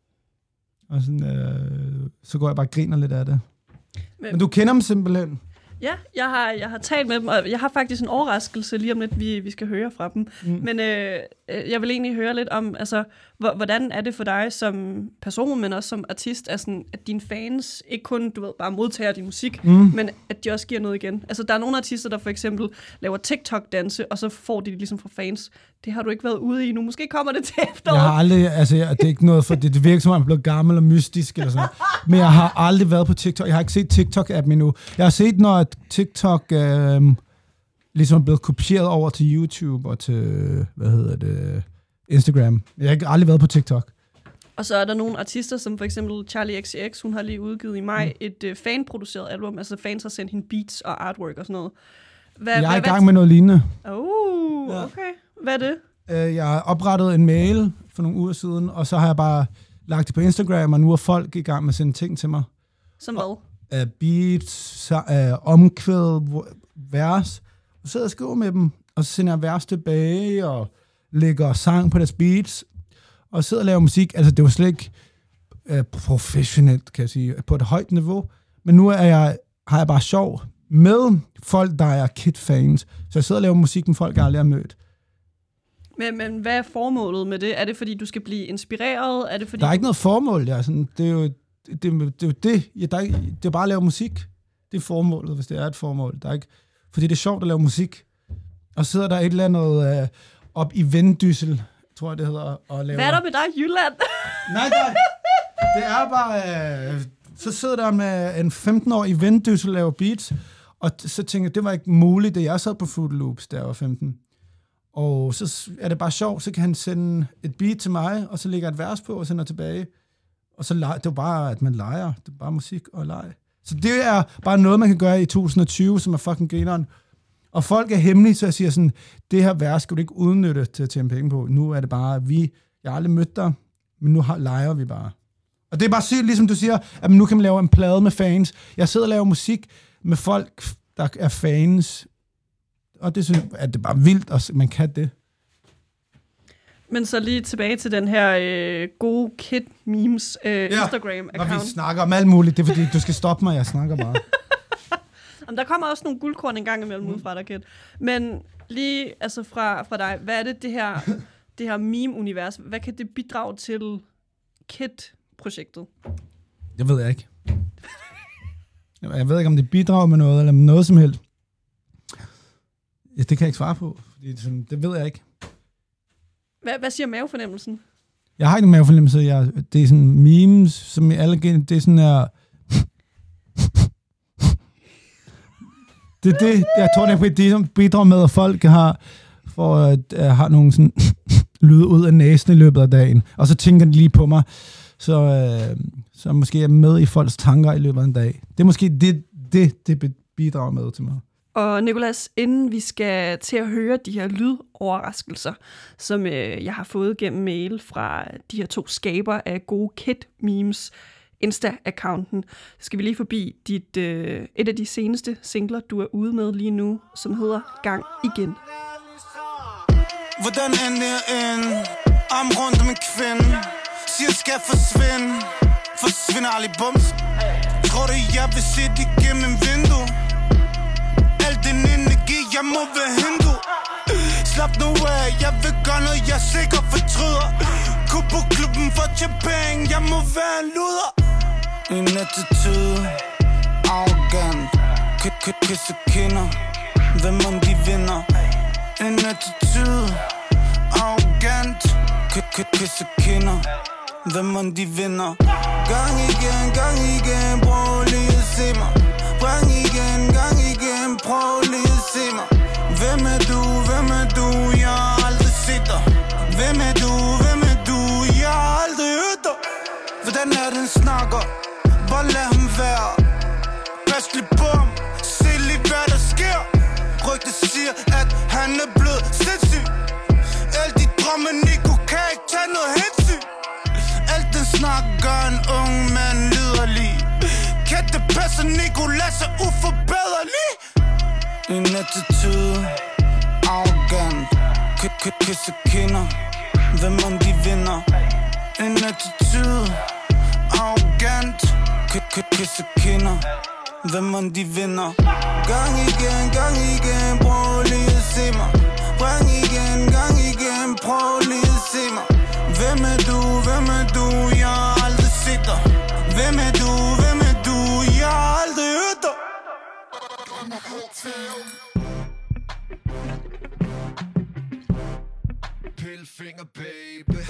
Og sådan, så går jeg bare og griner lidt af det. Men du kender dem simpelthen? Ja, jeg har talt med dem, og jeg har faktisk en overraskelse lige om lidt, vi skal høre fra dem. Men jeg vil egentlig høre lidt om, altså, hvordan er det for dig som person, men også som artist, altså, at dine fans ikke kun, du ved, bare modtager din musik, men at de også giver noget igen. Altså, der er nogle artister, der for eksempel laver TikTok-danse, og så får de det ligesom fra fans. Det har du ikke været ude i nu. Måske kommer det til efteråret. Jeg har aldrig, altså, det er ikke noget for, det virker som om, jeg er blevet gammel og mystisk eller sådan. Men jeg har aldrig været på TikTok. Jeg har ikke set TikTok-appen endnu. Jeg har set, når TikTok ligesom er blevet kopieret over til YouTube og til, Instagram. Jeg har aldrig været på TikTok. Og så er der nogle artister, som for eksempel Charlie XCX, hun har lige udgivet i maj et fanproduceret album. Altså fans har sendt hende beats og artwork og sådan noget. Jeg er i gang med noget lignende. Okay. Hvad er det? Jeg har oprettet en mail for nogle uger siden, og så har jeg bare lagt det på Instagram, og nu er folk i gang med at sende ting til mig. Som hvad? Beats, omkvæd, vers. Og så sidder jeg og skriver med dem, og så sender jeg vers tilbage, og lægger sang på deres beats, og sidder og laver musik. Altså, det var slet ikke professionelt, kan jeg sige, på et højt niveau. Men nu har jeg bare sjov med folk, der er Kid-fans. Så jeg sidder og laver musik med folk, jeg aldrig har mødt. Men hvad er formålet med det? Er det, fordi du skal blive inspireret? Er det, fordi der er ikke noget formål. Det er jo det. Det er bare at lave musik. Det er formålet, hvis det er et formål. Der er ikke, fordi det er sjovt at lave musik. Og sidder der et eller andet op i Vendsyssel, tror jeg det hedder. Og laver. Hvad er der med dig i Jylland? Nej. Det er bare... så sidder der med en 15-årig i Vendsyssel og laver beats. Og så tænker jeg, det var ikke muligt, da jeg sad på Fruit Loops, da jeg var 15. Og så er det bare sjovt, så kan han sende et beat til mig, og så lægger et vers på og sender tilbage. Og så det er jo bare, at man leger. Det er bare musik og leg. Så det er bare noget, man kan gøre i 2020, som er fucking grineren. Og folk er hemmelige, så jeg siger sådan, det her vers skal du ikke udnytte til at tjene penge på. Nu er det bare, jeg har aldrig mødt dig, men nu leger vi bare. Og det er bare sygt, ligesom du siger, at nu kan man lave en plade med fans. Jeg sidder og laver musik med folk, der er fans. Og det synes jeg, at det er bare vildt, at man kan det. Men så lige tilbage til den her gode Kid Memes Instagram-account. Når vi snakker om alt muligt, det er fordi, du skal stoppe mig, jeg snakker bare. Der kommer også nogle guldkorn en gang imellem ud fra dig, Kid. Men lige altså fra dig, hvad er det her meme-univers? Hvad kan det bidrage til Kid-projektet? Det ved jeg ikke. Jeg ved ikke, om det bidrager med noget, eller med noget som helst. Ja, det kan jeg ikke svare på, fordi det ved jeg ikke. Hvad siger mavefornemmelsen? Jeg har ikke en mavefornemmelse. Det er sådan memes, som alle det er sådan her... det, jeg tror, det bidrager med, at folk har nogle sådan lyde ud af næsen i løbet af dagen, og så tænker de lige på mig, så måske er jeg med i folks tanker i løbet af en dag. Det er måske det bidrager med til mig. Og Nicolas, inden vi skal til at høre de her lydoverraskelser, som jeg har fået gennem mail fra de her 2 skaber af gode Kid-memes, Insta-accounten, skal vi lige forbi et af de seneste singler, du er ude med lige nu, som hedder Gang Igen. Hvordan endte jeg ind? Arm rundt om en kvinde. Siger skal forsvinde. Forsvinder aldrig bums. Tror du jeg vil se det gennem en vindue? Al den energi jeg må være hindu. Slap nu af, jeg vil gøre noget jeg sikkert fortryder. Gå på klubben for champagne, jeg må være en luder. En attitude, arrogant. Kysse kinder. Hvem om de vinder? En attitude. Arrogant. Kysse kinder. Hvem om de vinder? Gang igen, prøv lige at se mig. Gang igen, prøv lige at se mig. Hvem er du, jeg har aldrig set dig. Hvem er du, jeg har aldrig hørt dig. Hvordan er den snakker, bare lad ham være. Pas lige på ham, se lige hvad der sker. Rygtet siger, at han er blevet sindssyg. Alle de drømme, Nico kan ikke tage noget hensyn. Alt den snak gør en ung mand liderlig. Kan det passe, Nicolas er uforbederlig? En attitude, arrogant. Kysse kinder. Hvem om de vinder? En attitude, arrogant. Kysse kinder. Hvem om de vinder? Gang igen, prøv lige at se mig. Gang igen, prøv lige at se mig. Hvem er du, jeg har aldrig set dig. Hvem er du, jeg har aldrig hørt dig. Pillefinger, baby.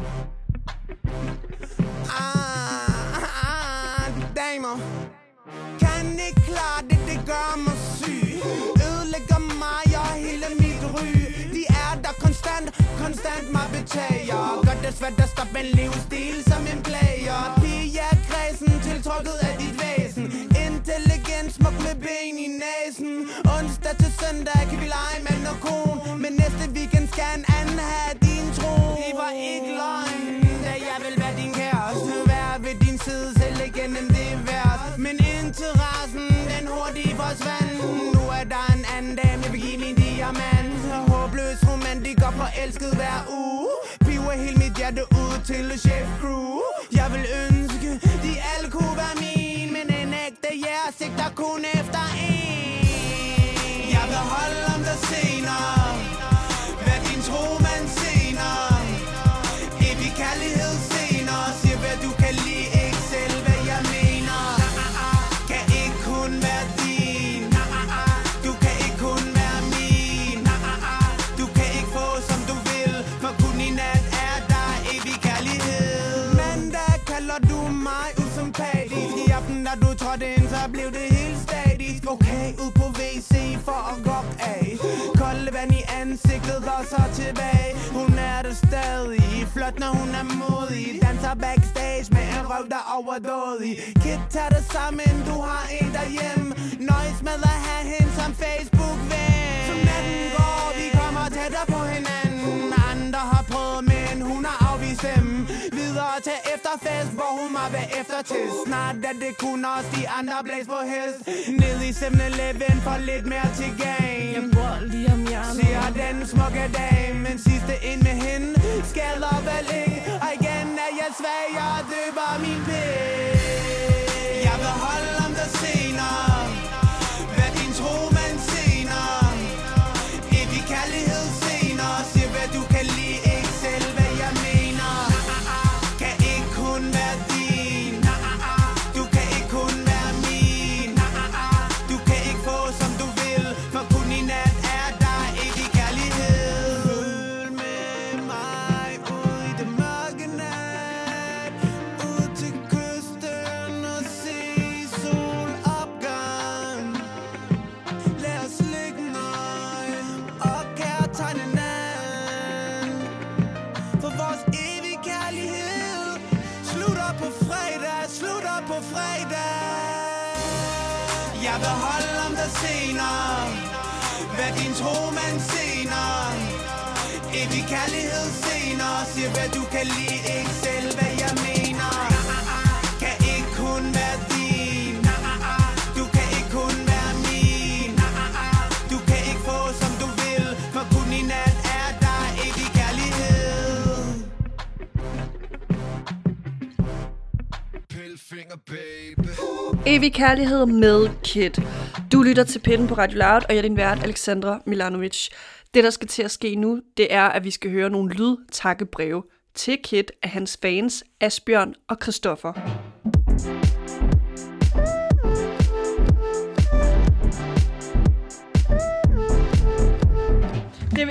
Damer kan ikke klare det, det gør mig syg. Ødelægger mig og hele mit ry. De er der konstant mig betager. Gør det svært at stoppe en livsstil som en player. Pige er kredsen, tiltrukket af dit væsen. Intelligent, smuk med ben i næsen. Onsdag til søndag kan vi lege mand og kone. Men næste weekend skal en anden have din tro. Det var ikke løgn, da jeg vil være din kæreste. Være ved din side selv igennem det værd. Men interessen, den hurtigt forsvandt. Nu er der en anden dame, jeg vil give min diamant. Håbløs romantiker, forelsket hver uge. Piver hele mit hjerte ud til chef crew. Jeg vil ønske, de alle kunne være min. Men en ægte sigter kun efter en. Jeg vil holde om dig senere. Vær din tromand senere. Evig kærlighed senere. Siger hvad du kan lide, ikke selv hvad jeg mener. Kan ikke kun være din. Du kan ikke kun være min. Du kan ikke få som du vil. For kun i nat er der evig kærlighed. Mandag kalder du mig usympatisk. I aften da du trådte ind, så blev det helt statisk. Okay, ud på WC for at gå af. Kolde vand i ansigtet og så tilbage. Hun er der stadig, flot når hun er modig. Danser backstage med en røv der overdådig. Kid, tag det sammen, du har en derhjemme. Nøjes med at have hende som Facebook-ven. Som natten går, vi kommer tættere på hinanden. Andre har prøvet, men hun har afvist dem. Videre til efterfest, hvor hun må være efter til. Snart er det kun os, de andre blæs på hest. Ned i 7-Eleven for lidt mere til game. Jeg bor lige om hjørnet. Siger den smukke dame, men sidste ind med hende skader vel ikke. Og igen er jeg svag, jeg døber min pæk. Jeg vil holde om dig senere. Vær din tromand senere. Evig kærlighed senere. Siger hvad du kan lide, ikke selv hvad jeg mener. Kan ikke kun være din. Du kan ikke kun være min. Du kan ikke få som du vil. For kun i nat er der evig kærlighed. Følg med mig ud i det mørke nat. Ud til kysten og se solopgang. Lad os ligge nøje og kærtegne hinanden. For vores evige kærlighed slutter på fredag, slutter på fredag. Jeg vil holde om dig senere. Vær din tromand senere. Evig kærlighed senere. Siger hvad du kan lide, ikke selv hvad jeg mener. Kan ikke kun være din. Du kan ikke kun være min. Du kan ikke få som du vil. For kun i nat er der evig kærlighed. Pillefinger, baby. Evig kærlighed med Kid. Du lytter til Pitten på Radio Loud, og jeg er din vært, Alexandra Milanovic. Det, der skal til at ske nu, det er, at vi skal høre nogle lydtakkebreve til Kid af hans fans, Asbjørn og Christoffer.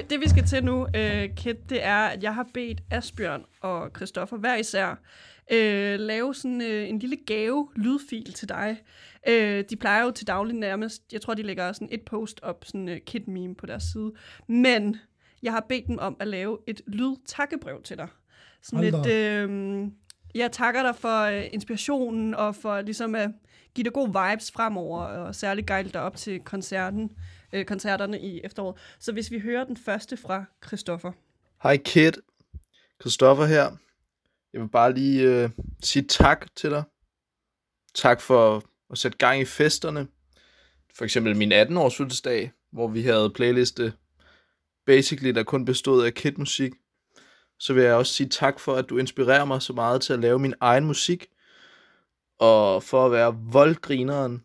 Det vi skal til nu, Kit, det er, at jeg har bedt Asbjørn og Christoffer hver især lave sådan en lille gave-lydfil til dig. De plejer jo til daglig nærmest, jeg tror, de lægger sådan et post op, sådan Kit-meme på deres side. Men jeg har bedt dem om at lave et lydtakkebrev til dig. Sådan lidt, jeg takker dig for inspirationen og for ligesom at give dig gode vibes fremover, og særligt guide dig op til koncerterne i efteråret. Så hvis vi hører den første fra Christoffer. Hej Kit, Christoffer her. Jeg vil bare lige sige tak til dig. Tak for at sætte gang i festerne. For eksempel min 18-års fødselsdag, hvor vi havde playliste basically, der kun bestod af Kit-musik. Så vil jeg også sige tak for, at du inspirerer mig så meget til at lave min egen musik. Og for at være voldgrineren.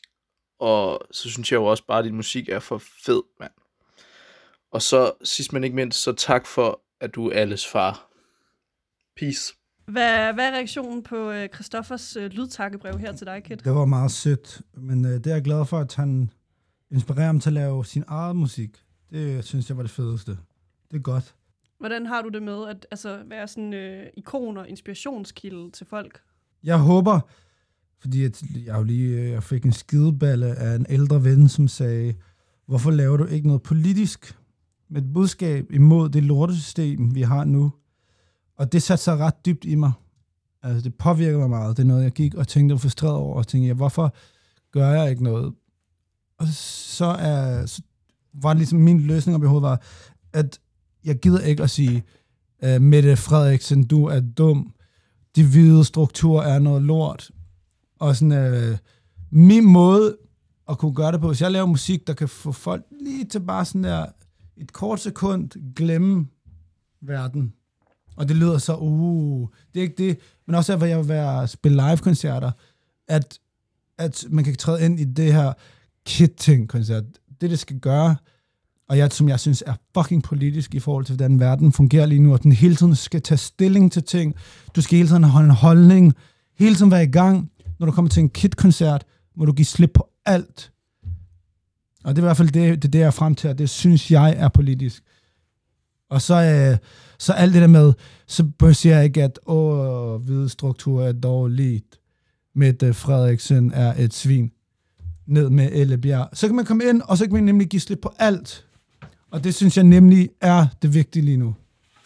Og så synes jeg jo også bare, at din musik er for fed, mand. Og så sidst men ikke mindst, så tak for, at du er alles far. Peace. Hvad er reaktionen på Christoffers lydtakkebrev her til dig, Kit? Det var meget sødt, men det er jeg glad for, at han inspirerer ham til at lave sin egen musik. Det synes jeg var det fedeste. Det er godt. Hvordan har du det med at være sådan ikon og inspirationskilde til folk? Jeg håber, fordi jeg fik en skideballe af en ældre ven, som sagde, hvorfor laver du ikke noget politisk med et budskab imod det lortesystem, vi har nu? Og det satte sig ret dybt i mig. Altså, det påvirker mig meget. Det er noget, jeg gik og tænkte frustreret over, og tænkte, hvorfor gør jeg ikke noget? Og så var det ligesom min løsning op i hovedet, var, at jeg gider ikke at sige, Mette Frederiksen, du er dum. De hvide strukturer er noget lort. Og sådan, min måde at kunne gøre det på, hvis jeg laver musik, der kan få folk lige til bare sådan der, et kort sekund, glemme verden. Og det lyder så, det er ikke det, men også at jeg vil spille live-koncerter, at man kan træde ind i det her Kit-ting-koncert. Det skal gøre, og som jeg synes er fucking politisk i forhold til, hvordan verden fungerer lige nu, og den hele tiden skal tage stilling til ting. Du skal hele tiden holde en holdning, hele tiden være i gang. Når du kommer til en Kit-koncert, må du give slip på alt. Og det er i hvert fald det jeg er frem til, og det synes jeg er politisk. Og så alt det der med, så siger jeg ikke, at hvide struktur er dårligt. Mette Frederiksen er et svin. Ned med Elle Bjerg. Så kan man komme ind, og så kan man nemlig give slip på alt. Og det synes jeg nemlig er det vigtige lige nu.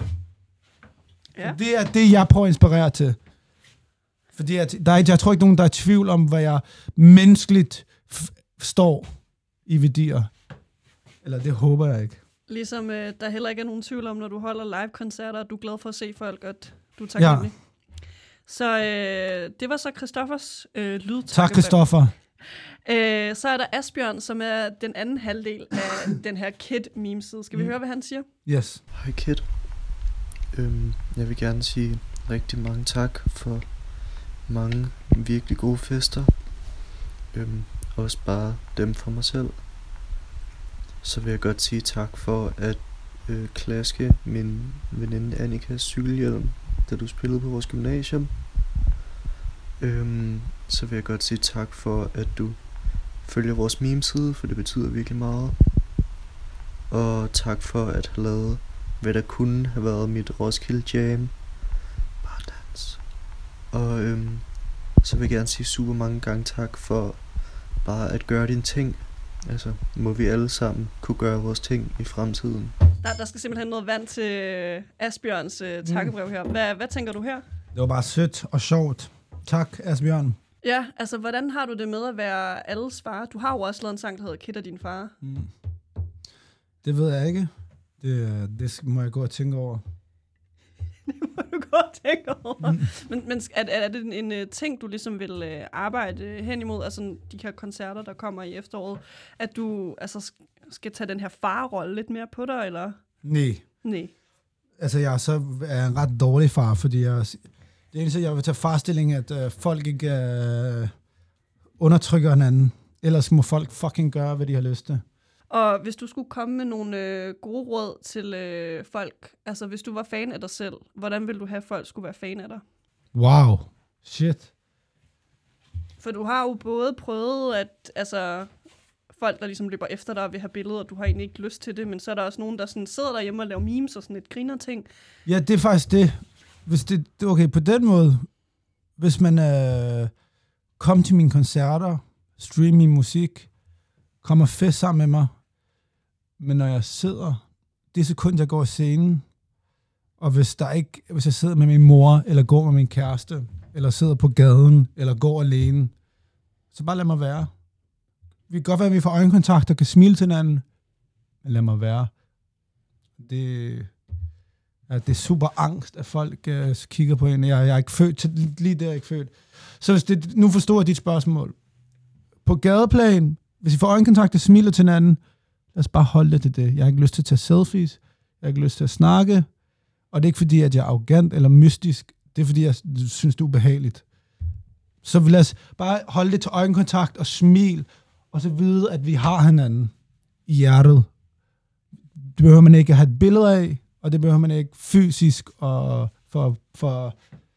Ja. Det er det, jeg prøver at inspirere til. Fordi jeg tror ikke nogen, der er i tvivl om, hvad jeg menneskeligt står i værdier. Eller det håber jeg ikke. Ligesom der heller ikke er nogen tvivl om, når du holder live-koncerter, at du er glad for at se folk, at du er taknemmelig. Ja. Så det var så Christoffers lydtakkebrev. Tak, Christoffer. Så er der Asbjørn, som er den anden halvdel af den her Kit-meme-side. Skal vi høre, hvad han siger? Yes. Hej Kit. Jeg vil gerne sige rigtig mange tak for mange virkelig gode fester. Også bare dem for mig selv. Så vil jeg godt sige tak for at klaske min veninde Annikas cykelhjelm, da du spillede på vores gymnasium. Så vil jeg godt sige tak for at du følger vores meme-side, for det betyder virkelig meget. Og tak for at have lavet, hvad der kunne have været mit Roskilde Jam. Bare dans. Og så vil jeg gerne sige super mange gange tak for bare at gøre dine ting. Altså, må vi alle sammen kunne gøre vores ting i fremtiden. Der skal simpelthen noget vand til Asbjørns takkebrev her. Hvad tænker du her? Det var bare sødt og sjovt. Tak, Asbjørn. Ja, altså, hvordan har du det med at være alles far? Du har jo også lavet en sang, der hedder Kit og din far. Det ved jeg ikke. Det må jeg gå og tænke over. Det må du gå og tænke over. Men er det en ting, du ligesom vil arbejde hen imod? Altså de her koncerter, der kommer i efteråret, at du altså skal tage den her farrolle lidt mere på dig, eller? Nej. Altså, jeg er en ret dårlig far, fordi det eneste, jeg vil tage farstilling, at folk ikke undertrykker hinanden. Ellers må folk fucking gøre, hvad de har lyst til. Og hvis du skulle komme med nogle gode råd til folk, altså hvis du var fan af dig selv, hvordan ville du have, at folk skulle være fan af dig? Wow. Shit. For du har jo både prøvet at folk, der ligesom løber efter dig og vil have billeder, og du har egentlig ikke lyst til det, men så er der også nogen, der sådan sidder derhjemme og laver memes og sådan et griner ting. Ja, det er faktisk det. Hvis det okay, på den måde, hvis man kommer til mine koncerter, streamer min musik, kommer fest sammen med mig, men når jeg sidder, det sekund, jeg går i scenen, og hvis jeg sidder med min mor, eller går med min kæreste, eller sidder på gaden, eller går alene, så bare lad mig være. Vi kan godt være, at vi får øjenkontakt og kan smile til hinanden, men lad mig være. Det er super angst, at folk kigger på en. Jeg er ikke født til lige der, jeg er ikke født. Så hvis nu forstår jeg dit spørgsmål. På gadeplan, hvis I får øjenkontakt og smiler til hinanden, lad os bare holde det til det. Jeg har ikke lyst til at tage selfies. Jeg har ikke lyst til at snakke. Og det er ikke fordi, at jeg er arrogant eller mystisk. Det er fordi, jeg synes, det er ubehageligt. Så lad os bare holde det til øjenkontakt og smil, og så vide, at vi har hinanden i hjertet. Det behøver man ikke at have et billede af, og det behøver man ikke fysisk og for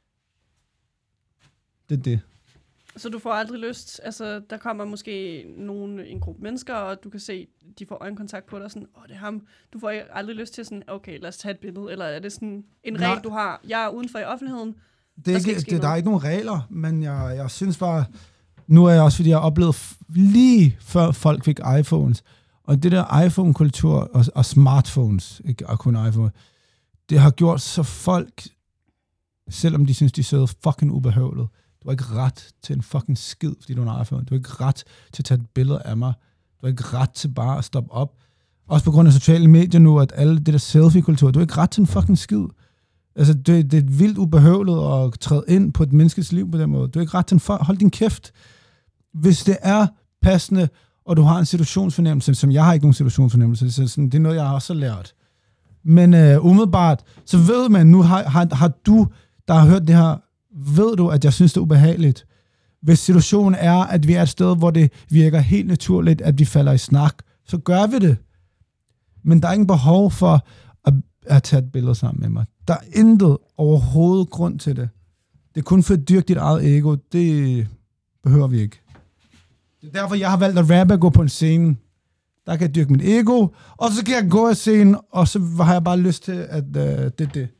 det. Så du får aldrig lyst, altså der kommer måske en gruppe mennesker, og du kan se, de får øjenkontakt på dig, sådan, det er ham. Du får aldrig lyst til sådan, okay, lad os tage et billede, eller er det sådan en regel, du har? Jeg er udenfor i offentligheden. Der er ikke nogen regler, men jeg synes bare, nu er jeg også, fordi jeg har oplevet lige før folk fik iPhones, og det der iPhone-kultur og smartphones, ikke kun iPhone, det har gjort så folk, selvom de synes, de sidder fucking ubehøvlet. Du har ikke ret til en fucking skid, fordi du har en iPhone. Du har ikke ret til at tage et billede af mig. Du har ikke ret til bare at stoppe op. Også på grund af sociale medier nu, at alle det der selfie-kultur, du har ikke ret til en fucking skid. Altså, det er vildt ubehøvlet at træde ind på et menneskes liv på den måde. Du har ikke ret til en hold din kæft. Hvis det er passende, og du har en situationsfornemmelse, som jeg har ikke nogen situationsfornemmelse, så sådan, det er noget, jeg også har lært. Men umiddelbart, så ved man, nu har du, der har hørt det her, ved du, at jeg synes, det er ubehageligt. Hvis situationen er, at vi er et sted, hvor det virker helt naturligt, at vi falder i snak, så gør vi det. Men der er ingen behov for at tage et billede sammen med mig. Der er intet overhovedet grund til det. Det er kun for at dyrke dit eget ego. Det behøver vi ikke. Det er derfor, jeg har valgt at rappe og gå på en scene. Der kan jeg dyrke mit ego, og så kan jeg gå af scenen, og så har jeg bare lyst til, at det.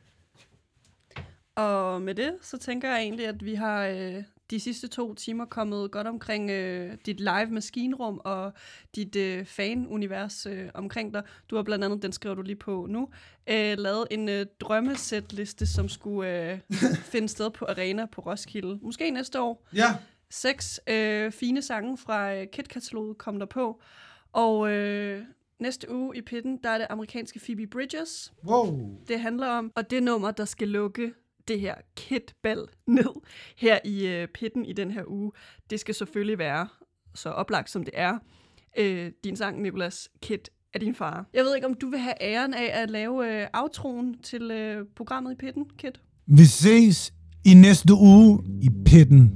Og med det, så tænker jeg egentlig, at vi har de sidste 2 timer kommet godt omkring dit live maskinrum og dit fan-univers omkring dig. Du har blandt andet, den skriver du lige på nu, lavet en drømmesætliste, som skulle finde sted på Arena på Roskilde. Måske næste år. Ja. 6 fine sange fra KID-kataloget kom der på. Og næste uge i Pitten, der er det amerikanske Phoebe Bridgers. Wow. Det handler om, og det nummer, der skal lukke det her KID-bal ned her i Pitten i den her uge, det skal selvfølgelig være så oplagt, som det er. Din sang, Nicolas, KID er din far. Jeg ved ikke, om du vil have æren af at lave outroen til programmet i Pitten, KID? Vi ses i næste uge i Pitten.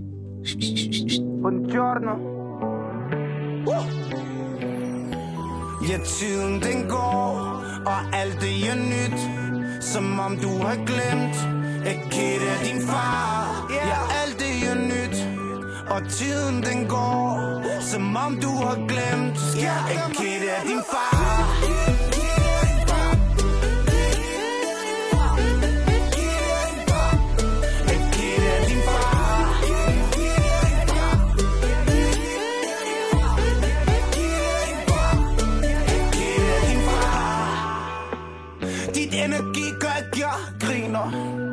Buongiorno. Ja, tiden den går, og alt det er nyt, som om du har glemt, at KID er din far. Ja, alt det er nyt, og tiden den går, som om du har glemt, at KID er din far. Energi gør, at jeg griner.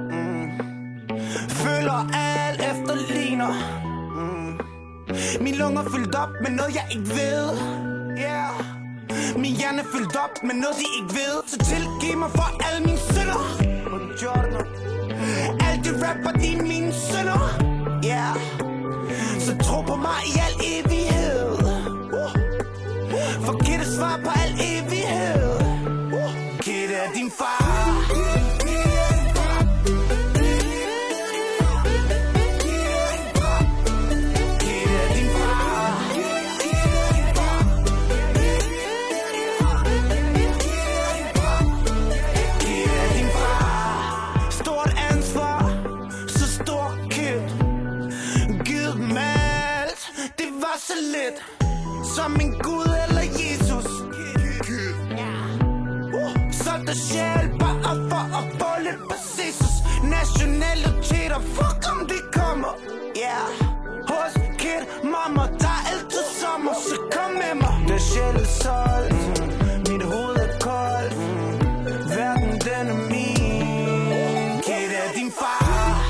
Føler alt efterligner. Min lunger fyldt op med noget jeg ikke ved. Yeah. Min hjerne fyldt op med noget de ikke ved. Så tilgiv mig for alle mine synder. Buongiorno. Alt det rapper de er mine synder. Yeah. Så tro på mig i al evighed. For KID er svar på al evighed. KID er din far. Stort ansvar, så stor KID. Givet dem alt, det var så lidt. Som en gud eller dig sjæl, bare for at få lidt præcisus. Nationaliteter, fuck om de kommer. Yeah. Hos Kid, mamma, der er altid sommer. Så kom med mig. Det er sjældent solgt. Mit hoved er koldt. Verden den er min. Kid er din far.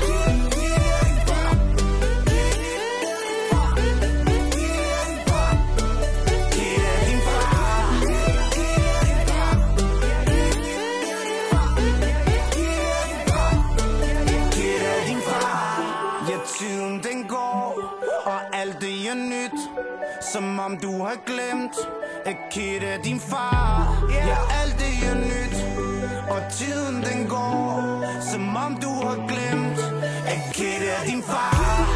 Tiden den går, og alt det er nyt. Som om du har glemt, at Kid er din far. Ja, alt det er nyt, og tiden den går. Som om du har glemt, at Kid er din far.